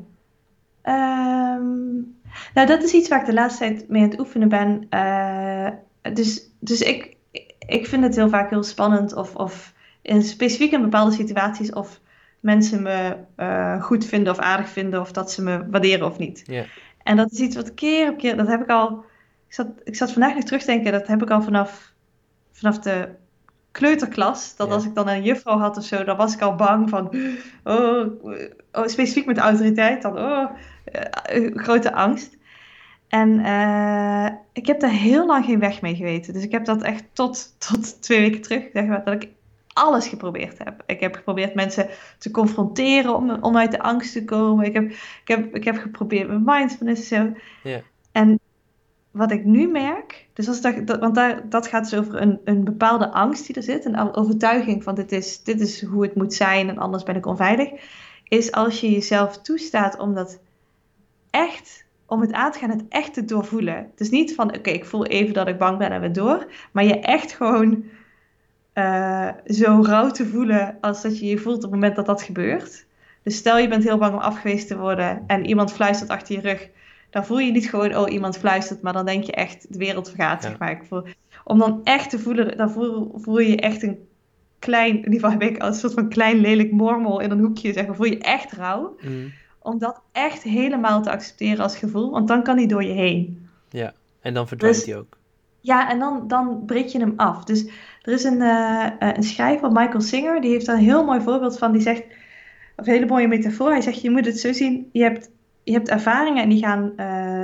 Nou, dat is iets waar ik de laatste tijd mee aan het oefenen ben. Dus ik vind het heel vaak heel spannend of specifiek in bepaalde situaties of mensen me goed vinden of aardig vinden of dat ze me waarderen of niet. Yeah. En dat is iets wat keer op keer, dat heb ik al... Ik zat vandaag nog terug te denken, dat heb ik al vanaf de kleuterklas, dat als ik dan een juffrouw had of zo, dan was ik al bang van, specifiek met de autoriteit, dan grote angst. En ik heb daar heel lang geen weg mee geweten. Dus ik heb dat echt tot 2 weken terug, zeg maar, dat ik alles geprobeerd heb. Ik heb geprobeerd mensen te confronteren om uit de angst te komen. Ik heb geprobeerd met mindfulness en zo. Yeah. En wat ik nu merk, dus want dat gaat dus over een bepaalde angst die er zit, een overtuiging van dit is hoe het moet zijn en anders ben ik onveilig, is als je jezelf toestaat om het aan te gaan, het echt te doorvoelen. Dus niet van, oké, ik voel even dat ik bang ben en weer door, maar je echt gewoon zo rauw te voelen als dat je je voelt op het moment dat dat gebeurt. Dus stel je bent heel bang om afgewezen te worden en iemand fluistert achter je rug, dan voel je niet gewoon, oh, iemand fluistert, maar dan denk je echt, de wereld vergaat, zeg maar. Om dan echt te voelen, dan voel je echt een klein, in ieder geval heb ik als een soort van klein lelijk mormel in een hoekje, zeg maar, voel je echt rouw. Om dat echt helemaal te accepteren als gevoel, want dan kan hij door je heen. Ja, en dan verdwijnt hij ook. Ja, en dan breek je hem af. Dus er is een schrijver, Michael Singer, die heeft daar een heel mooi voorbeeld van. Die zegt, of een hele mooie metafoor. Hij zegt, je moet het zo zien, je hebt ervaringen en die gaan,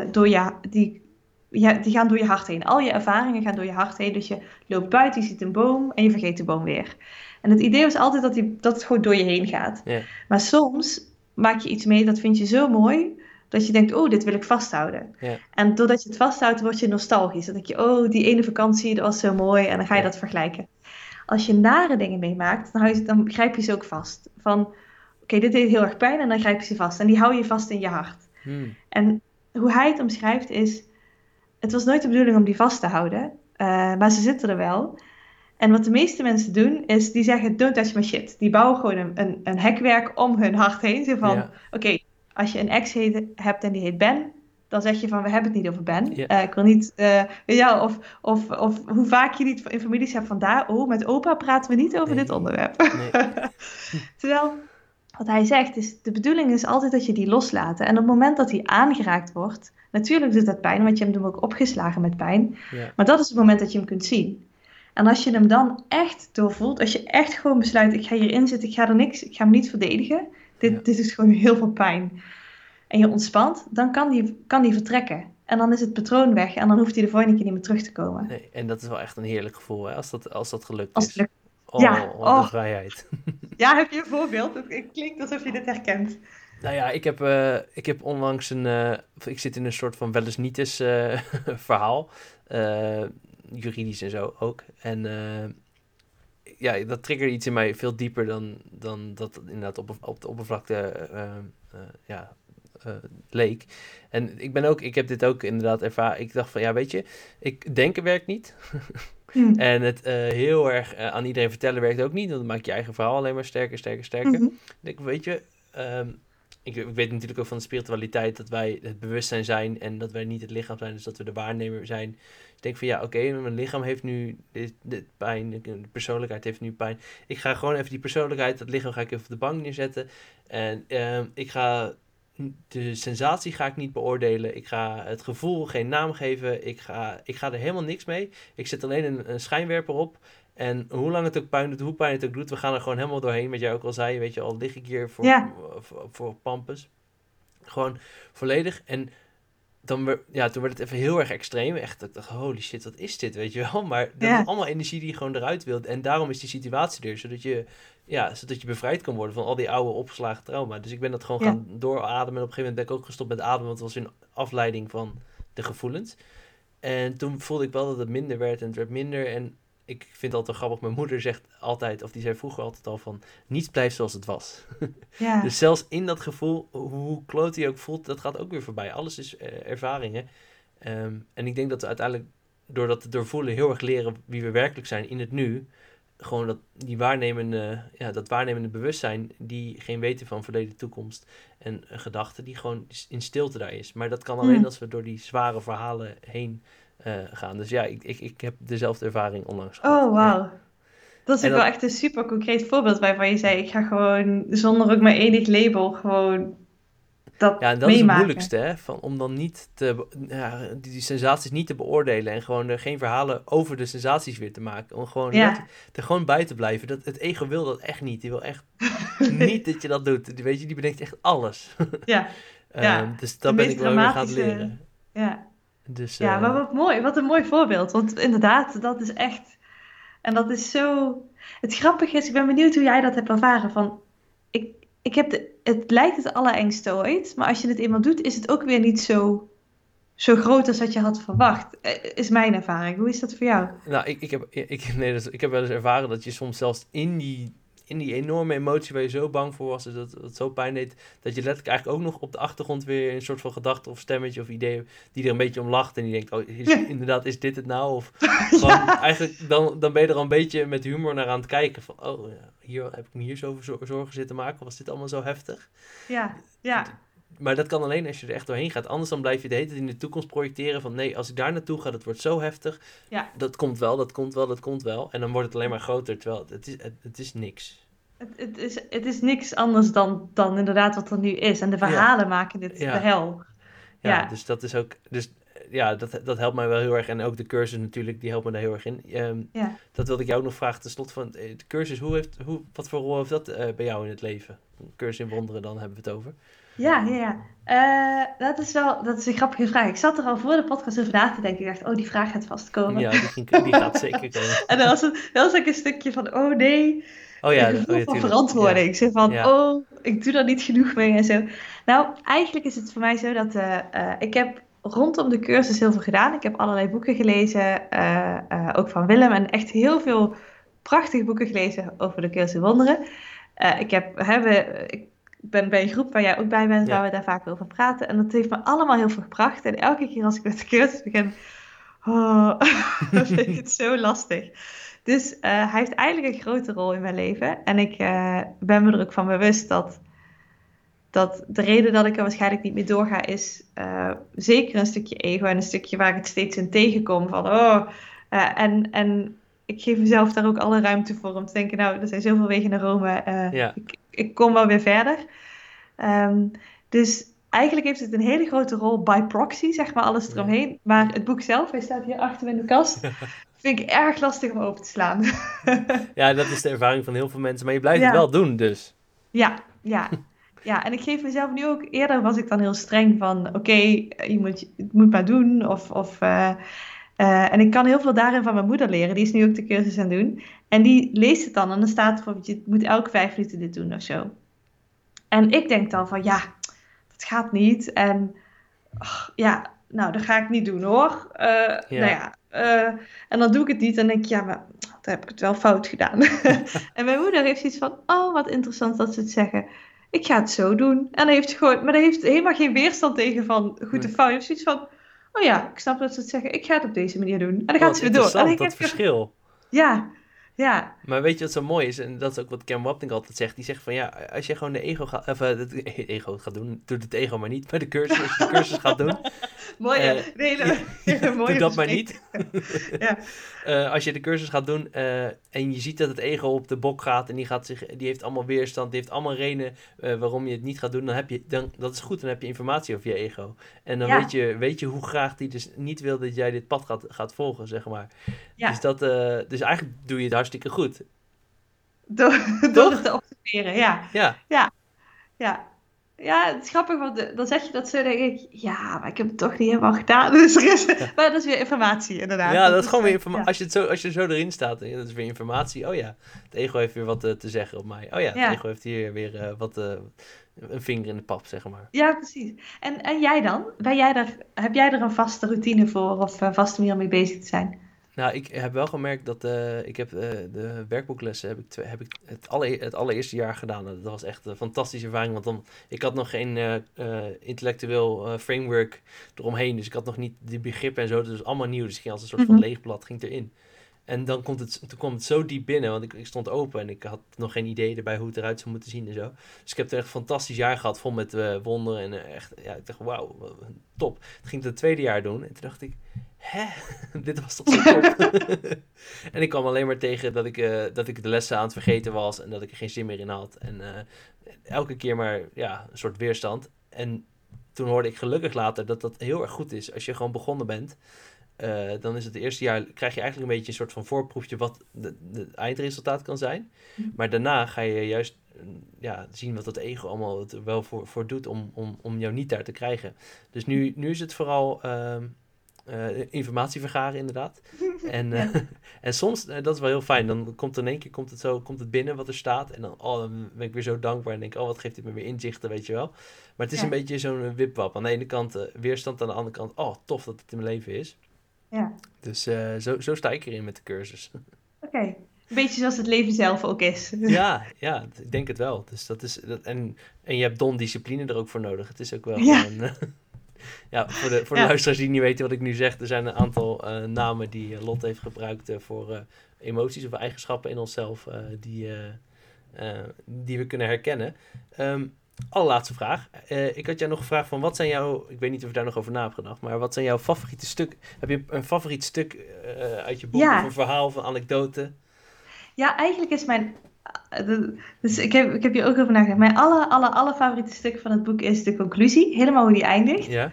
die gaan door je hart heen. Al je ervaringen gaan door je hart heen. Dus je loopt buiten, je ziet een boom en je vergeet de boom weer. En het idee was altijd dat het gewoon door je heen gaat. Ja. Maar soms maak je iets mee, dat vind je zo mooi, dat je denkt, oh, dit wil ik vasthouden. Ja. En doordat je het vasthoudt, word je nostalgisch. Dan denk je, oh, die ene vakantie, dat was zo mooi. En dan ga je dat vergelijken. Als je nare dingen meemaakt, dan grijp je ze ook vast. Van, oké, dit deed heel erg pijn en dan grijp je ze vast. En die hou je vast in je hart. En hoe hij het omschrijft is, het was nooit de bedoeling om die vast te houden. Maar ze zitten er wel. En wat de meeste mensen doen, is die zeggen, don't touch my shit. Die bouwen gewoon een hekwerk om hun hart heen. Zo van, oké, als je een ex hebt en die heet Ben, dan zeg je van, we hebben het niet over Ben. Ik wil niet, of hoe vaak je niet in families hebt van daar, met opa praten we niet over dit onderwerp. Nee. Terwijl, wat hij zegt is, de bedoeling is altijd dat je die loslaat. En op het moment dat die aangeraakt wordt, natuurlijk doet dat pijn, want je hebt hem ook opgeslagen met pijn. Ja. Maar dat is het moment dat je hem kunt zien. En als je hem dan echt doorvoelt, als je echt gewoon besluit, ik ga hierin zitten, ik ga hem niet verdedigen. Dit is gewoon heel veel pijn. En je ontspant, dan kan die vertrekken. En dan is het patroon weg en dan hoeft hij de volgende keer niet meer terug te komen. Nee, en dat is wel echt een heerlijk gevoel, hè? Als dat gelukt is. De vrijheid. Ja, heb je een voorbeeld? Het klinkt alsof je dit herkent. Nou ja, ik heb onlangs ik zit in een soort van wel eens niet eens verhaal. Juridisch en zo ook. En dat triggerde iets in mij veel dieper dan dat inderdaad op de oppervlakte leek. En ik heb dit ook inderdaad ervaren. Ik dacht van, ja, weet je, denken werkt niet. En het heel erg aan iedereen vertellen werkt ook niet. Want dan maak je je eigen verhaal alleen maar sterker. Mm-hmm. Ik denk, weet je, ik weet natuurlijk ook van de spiritualiteit dat wij het bewustzijn zijn en dat wij niet het lichaam zijn, dus dat we de waarnemer zijn. Dus ik denk van ja, oké, mijn lichaam heeft nu dit pijn, de persoonlijkheid heeft nu pijn. Ik ga gewoon even die persoonlijkheid, dat lichaam ga ik even op de bank neerzetten. En ik ga de sensatie ga ik niet beoordelen. Ik ga het gevoel geen naam geven. Ik ga er helemaal niks mee. Ik zet alleen een schijnwerper op. En hoe lang het ook pijn doet, hoe pijn het ook doet, we gaan er gewoon helemaal doorheen. Wat jij ook al zei, weet je, al lig ik hier voor Pampus. Gewoon volledig. En toen werd het even heel erg extreem. Echt, ik dacht, holy shit, wat is dit, weet je wel? Maar dat is allemaal energie die je gewoon eruit wilt. En daarom is die situatie er, zodat je bevrijd kan worden van al die oude opgeslagen trauma. Dus ik ben dat gewoon gaan doorademen. En op een gegeven moment ben ik ook gestopt met ademen, want het was een afleiding van de gevoelens. En toen voelde ik wel dat het minder werd en het werd minder. En ik vind het altijd grappig, mijn moeder zegt altijd, of die zei vroeger altijd al van, niets blijft zoals het was. Ja. Dus zelfs in dat gevoel, hoe kloot hij ook voelt, dat gaat ook weer voorbij. Alles is ervaringen. En ik denk dat we uiteindelijk, door dat te doorvoelen, heel erg leren wie we werkelijk zijn in het nu. Gewoon dat waarnemende bewustzijn, die geen weten van verleden, toekomst en gedachten, die gewoon in stilte daar is. Maar dat kan alleen als we door die zware verhalen heen gaan. Dus ja, ik heb dezelfde ervaring onlangs gehad. Oh, wauw. Ja. Dat is wel echt een super concreet voorbeeld waarvan je zei, ik ga gewoon zonder ook maar enig label gewoon dat en dat meemaken. Is het moeilijkste, hè? Om dan niet die sensaties niet te beoordelen en gewoon er geen verhalen over de sensaties weer te maken. Om gewoon er gewoon bij te blijven. Het ego wil dat echt niet. Die wil echt niet dat je dat doet. Weet je, die bedenkt echt alles. Dus dat ben ik wel weer gaan leren. Ja. Dus, maar wat mooi. Wat een mooi voorbeeld. Want inderdaad, dat is echt... En dat is zo... Het grappige is, ik ben benieuwd hoe jij dat hebt ervaren. Van, het lijkt het allerengste ooit. Maar als je het eenmaal doet, is het ook weer niet zo groot als wat je had verwacht. Is mijn ervaring. Hoe is dat voor jou? Nou, ik heb wel eens ervaren dat je soms zelfs in in die enorme emotie waar je zo bang voor was, dus dat het zo pijn deed, dat je letterlijk eigenlijk ook nog op de achtergrond weer een soort van gedachte of stemmetje of idee die er een beetje om lacht en die denkt, inderdaad, is dit het nou? Of gewoon, eigenlijk, dan ben je er al een beetje met humor naar aan het kijken van, hier heb ik me hier zo over zorgen zitten maken, was dit allemaal zo heftig? Ja. Maar dat kan alleen als je er echt doorheen gaat. Anders dan blijf je de hele tijd in de toekomst projecteren van nee, als ik daar naartoe ga, dat wordt zo heftig. Ja. Dat komt wel. En dan wordt het alleen maar groter, terwijl het is niks. Het is niks anders dan inderdaad wat er nu is. En de verhalen maken dit de hel. Ja, dus dat is ook... Dus ja, dat helpt mij wel heel erg. En ook de cursus natuurlijk, die helpt me daar heel erg in. Dat wilde ik jou ook nog vragen, ten slotte van de cursus. Wat voor rol heeft dat bij jou in het leven? Een cursus in wonderen, dan hebben we het over. Ja. Dat is een grappige vraag. Ik zat er al voor de podcast over na te denken. Ik dacht, die vraag gaat vast komen. Ja, die gaat zeker komen. En dan was ook een stukje van, nee... een gevoel van verantwoording. Zo van, ik doe daar niet genoeg mee en zo. Nou, eigenlijk is het voor mij zo dat ik heb rondom de cursus heel veel gedaan. Ik heb allerlei boeken gelezen, ook van Willem. En echt heel veel prachtige boeken gelezen over de cursus wonderen. Ik ben bij een groep waar jij ook bij bent, waar we daar vaak over praten. En dat heeft me allemaal heel veel gebracht. En elke keer als ik met de cursus begin, dan vind ik het zo lastig. Dus hij heeft eigenlijk een grote rol in mijn leven. En ik ben me er ook van bewust dat de reden dat ik er waarschijnlijk niet mee doorga is zeker een stukje ego en een stukje waar ik het steeds in tegenkom van en ik geef mezelf daar ook alle ruimte voor om te denken, nou, er zijn zoveel wegen naar Rome. Ik kom wel weer verder. Dus eigenlijk heeft het een hele grote rol by proxy, zeg maar, alles eromheen. Maar het boek zelf, hij staat hier achter me in de kast, vind ik erg lastig om open te slaan. Ja, dat is de ervaring van heel veel mensen. Maar je blijft het wel doen, dus. Ja, en ik geef mezelf nu ook... Eerder was ik dan heel streng van... Oké, het moet maar doen. En ik kan heel veel daarin van mijn moeder leren. Die is nu ook de cursus aan het doen. En die leest het dan. En dan staat er bijvoorbeeld... Je moet elke 5 minuten dit doen of zo. En ik denk dan van... Ja, dat gaat niet. En... nou, dat ga ik niet doen hoor. En dan doe ik het niet. En denk ik... Ja, maar... Dan heb ik het wel fout gedaan. En mijn moeder heeft zoiets van... Oh, wat interessant dat ze het zeggen. Ik ga het zo doen. En dan heeft ze gewoon... Maar daar heeft helemaal geen weerstand tegen van goed of fout. Je heeft zoiets van... Oh ja, ik snap dat ze het zeggen. Ik ga het op deze manier doen. En dan gaat ze weer door. Interessant, dat verschil. Ja. Maar weet je wat zo mooi is? En dat is ook wat Ken Wapnick altijd zegt. Die zegt van ja, als je gewoon de ego gaat doen... Doe het ego maar niet. Bij de cursus, als je de cursus gaat doen... Mooie, mooie doe dat maar niet. Ja. Als je de cursus gaat doen en je ziet dat het ego op de bok gaat en die heeft allemaal weerstand, die heeft allemaal redenen waarom je het niet gaat doen, dat is goed, dan heb je informatie over je ego. En dan weet je hoe graag die dus niet wil dat jij dit pad gaat volgen, zeg maar. Ja. Dus eigenlijk doe je het hartstikke goed. Door het te observeren, ja. Ja, het is grappig, want dan zeg je dat zo, denk ik, ja, maar ik heb het toch niet helemaal gedaan. Dus maar dat is weer informatie, inderdaad. Ja, dat is gewoon weer informatie. Ja. Als je zo erin staat, dat is weer informatie. Oh ja, het ego heeft weer wat te zeggen op mij. Oh ja, het ego heeft hier weer een vinger in de pap, zeg maar. Ja, precies. En jij dan? Heb jij er een vaste routine voor of een vaste manier om mee bezig te zijn? Nou, ik heb wel gemerkt dat ik heb de werkboeklessen heb ik het allereerste jaar gedaan. Dat was echt een fantastische ervaring, want ik had nog geen intellectueel framework eromheen. Dus ik had nog niet die begrippen en zo. Dus allemaal nieuw. Dus ik ging als een soort van leegblad erin. En dan kwam het zo diep binnen, want ik stond open en ik had nog geen idee erbij hoe het eruit zou moeten zien en zo. Dus ik heb er echt een fantastisch jaar gehad, vol met wonderen en echt, ik dacht, wauw, top. Dat ging ik het tweede jaar doen en toen dacht ik, dit was toch zo top. En ik kwam alleen maar tegen dat ik de lessen aan het vergeten was en dat ik er geen zin meer in had. En elke keer maar, een soort weerstand. En toen hoorde ik gelukkig later dat heel erg goed is als je gewoon begonnen bent. Dan is het eerste jaar, krijg je eigenlijk een beetje een soort van voorproefje wat het eindresultaat kan zijn. Maar daarna ga je juist zien wat dat ego allemaal het wel voor doet om jou niet daar te krijgen. Dus nu is het vooral informatie vergaren inderdaad. En soms, dat is wel heel fijn, dan komt er in één keer komt het binnen wat er staat. En dan ben ik weer zo dankbaar en denk wat geeft dit me weer inzichten, weet je wel. Maar het is een beetje zo'n wipwap. Aan de ene kant weerstand, aan de andere kant, tof dat het in mijn leven is. Ja. Dus zo sta ik erin met de cursus. Oké. Een beetje zoals het leven zelf ook is. Ja, ik denk het wel. Dus en je hebt discipline er ook voor nodig. Het is ook wel Ja. gewoon... voor de luisteraars die niet weten wat ik nu zeg, er zijn een aantal namen die Lot heeft gebruikt voor emoties of eigenschappen in onszelf die we kunnen herkennen. Allerlaatste vraag. Ik had jou nog gevraagd van wat zijn jouw... Ik weet niet of je daar nog over na hebt gedacht, maar wat zijn jouw favoriete stukken? Heb je een favoriet stuk uit je boek of een verhaal of een anekdote? Ja, eigenlijk is mijn... Dus ik heb hier ook over nagedacht. Mijn aller favoriete stuk van het boek is de conclusie. Helemaal hoe die eindigt. Ja.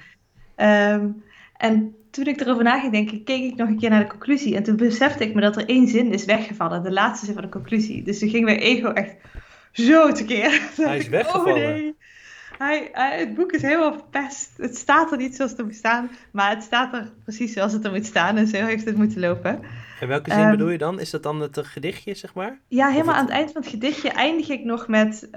En toen ik erover na ging denken, keek ik nog een keer naar de conclusie. En toen besefte ik me dat er 1 zin is weggevallen. De laatste zin van de conclusie. Dus toen ging mijn ego echt zo tekeer. Hij is weggevallen. Oh nee. Het boek is helemaal verpest. Het staat er niet zoals het moet staan. Maar het staat er precies zoals het er moet staan. En zo heeft het moeten lopen. En welke zin bedoel je dan? Is dat dan het gedichtje, zeg maar? Ja, helemaal aan het eind van het gedichtje eindig ik nog met...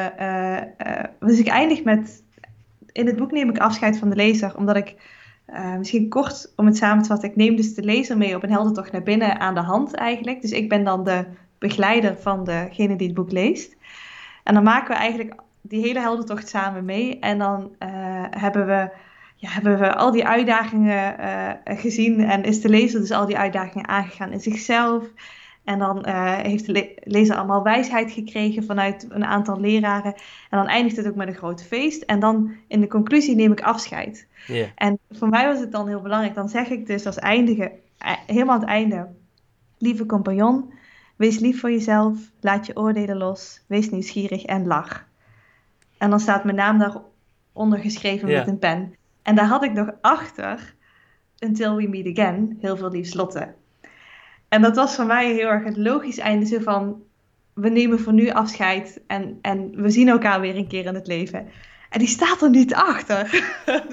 dus ik eindig met... In het boek neem ik afscheid van de lezer. Omdat ik... misschien kort om het samen te vatten. Ik neem dus de lezer mee op een heldentocht naar binnen aan de hand eigenlijk. Dus ik ben dan de begeleider van degene die het boek leest. En dan maken we eigenlijk die hele heldentocht samen mee. En dan hebben we al die uitdagingen gezien. En is de lezer dus al die uitdagingen aangegaan in zichzelf. En dan heeft de lezer allemaal wijsheid gekregen vanuit een aantal leraren. En dan eindigt het ook met een groot feest. En dan in de conclusie neem ik afscheid. Yeah. En voor mij was het dan heel belangrijk. Dan zeg ik dus als helemaal aan het einde. Lieve compagnon, wees lief voor jezelf. Laat je oordelen los. Wees nieuwsgierig en lach. En dan staat mijn naam daaronder geschreven met een pen. En daar had ik nog achter, until we meet again, heel veel liefs Lotte. En dat was voor mij heel erg het logisch einde. Zo van, we nemen voor nu afscheid en we zien elkaar weer een keer in het leven. En die staat er niet achter.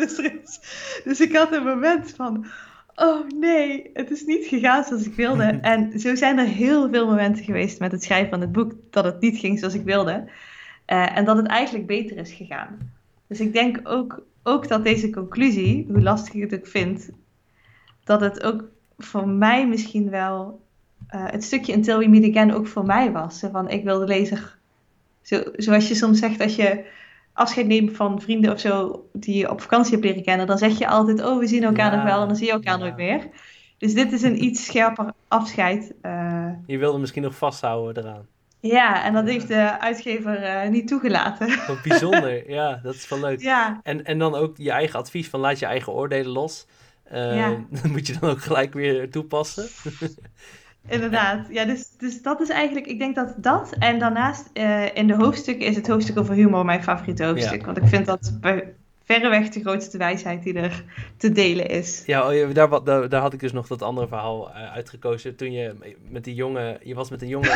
Dus ik had een moment van, oh nee, het is niet gegaan zoals ik wilde. En zo zijn er heel veel momenten geweest met het schrijven van het boek dat het niet ging zoals ik wilde. En dat het eigenlijk beter is gegaan. Dus ik denk ook dat deze conclusie, hoe lastig ik het ook vind, dat het ook voor mij misschien wel het stukje Until We Meet Again ook voor mij was. Zo van, ik wil de lezer, zoals je soms zegt als je afscheid neemt van vrienden of zo die je op vakantie hebt leren kennen, dan zeg je altijd, oh we zien elkaar nog wel en dan zie je elkaar nooit meer. Dus dit is een iets scherper afscheid. Je wilde misschien nog vasthouden eraan. Ja, en dat heeft de uitgever niet toegelaten. Wat bijzonder, ja, dat is wel leuk. Ja. En dan ook je eigen advies van laat je eigen oordelen los. Dat moet je dan ook gelijk weer toepassen. Inderdaad, ja, dus dat is eigenlijk, ik denk dat en daarnaast in de hoofdstukken is het hoofdstuk over humor mijn favoriete hoofdstuk. Ja. Want ik vind dat verreweg de grootste wijsheid die er te delen is. Ja, daar had ik dus nog dat andere verhaal uitgekozen. Toen je met die jongen, je was met een jongen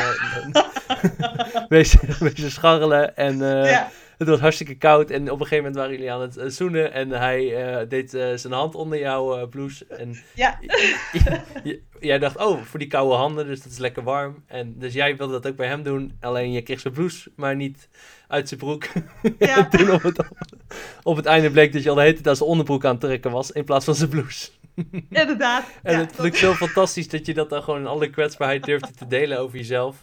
wezen scharrelen en het was hartstikke koud. En op een gegeven moment waren jullie aan het zoenen en hij deed zijn hand onder jouw blouse. En jij dacht, oh, voor die koude handen, dus dat is lekker warm. En dus jij wilde dat ook bij hem doen, alleen je kreeg zijn blouse, maar niet uit zijn broek. Ja. Toen op het einde bleek dat je al de hele tijd aan zijn onderbroek aan het trekken was, in plaats van zijn blouse. Inderdaad. En het vond ik zo fantastisch dat je dat dan gewoon in alle kwetsbaarheid durfde te delen over jezelf.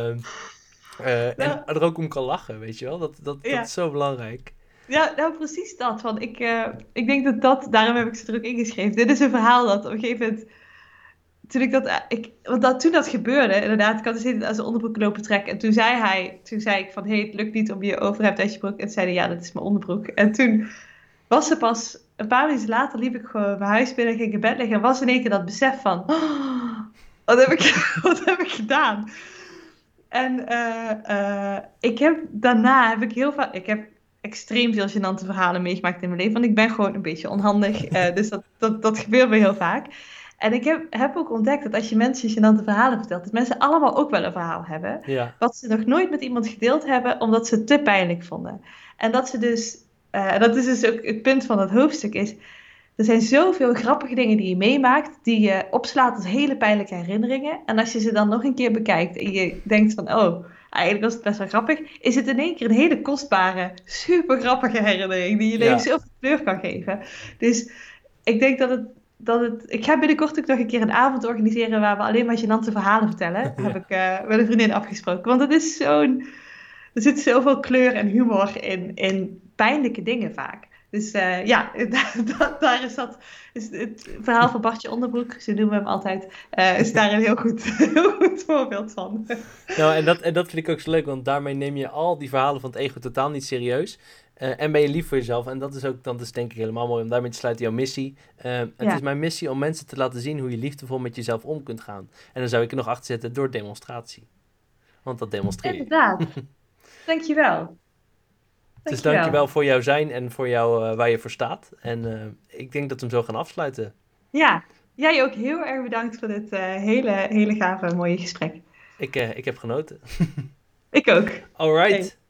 En er ook om kan lachen, weet je wel. Dat is zo belangrijk. Ja, nou precies dat. Want ik denk dat daarom heb ik ze er ook ingeschreven. Dit is een verhaal dat op een gegeven moment, toen dat gebeurde, inderdaad, ik had dus hele tijd aan zijn onderbroek lopen trekken. En toen zei ik van, het lukt niet om je overhemd uit je broek. En toen zei hij, ja, dat is mijn onderbroek. En toen was ze pas, een paar minuten later liep ik gewoon mijn huis binnen, ging in bed liggen en was in één keer dat besef van, wat heb ik gedaan? En daarna heb ik extreem veel gênante verhalen meegemaakt in mijn leven. Want ik ben gewoon een beetje onhandig. Dus dat gebeurt me heel vaak. En ik heb ook ontdekt dat als je mensen gênante verhalen vertelt, dat mensen allemaal ook wel een verhaal hebben. Ja. Wat ze nog nooit met iemand gedeeld hebben, omdat ze het te pijnlijk vonden. En dat ze dus, dat is dus ook het punt van het hoofdstuk is, er zijn zoveel grappige dingen die je meemaakt, die je opslaat als hele pijnlijke herinneringen. En als je ze dan nog een keer bekijkt en je denkt van, oh, eigenlijk was het best wel grappig, is het in één keer een hele kostbare, super grappige herinnering die je leven zoveel kleur kan geven. Dus ik denk dat ik ga binnenkort ook nog een keer een avond organiseren waar we alleen maar gênante verhalen vertellen. Heb Ja. ik met een vriendin afgesproken. Want het is er zit zoveel kleur en humor in pijnlijke dingen vaak. Dus ja, daar is dat. Is het verhaal van Bartje Onderbroek, zo noemen we hem altijd, is daar een heel goed voorbeeld van. Nou, en dat vind ik ook zo leuk, want daarmee neem je al die verhalen van het ego totaal niet serieus. En ben je lief voor jezelf. En dat is denk ik helemaal mooi om daarmee te sluiten jouw missie. Het is Ja, mijn missie om mensen te laten zien hoe je liefdevol met jezelf om kunt gaan. En dan zou ik er nog achter zetten door demonstratie. Want dat demonstreer je. inderdaad. Dankjewel. Dus Dankjewel. dankjewel voor jouw zijn en voor jou waar je voor staat. En ik denk dat we hem zo gaan afsluiten. Ja, jij ook heel erg bedankt voor dit hele gave, mooie gesprek. Ik heb genoten. Ik ook. Alright. Oké.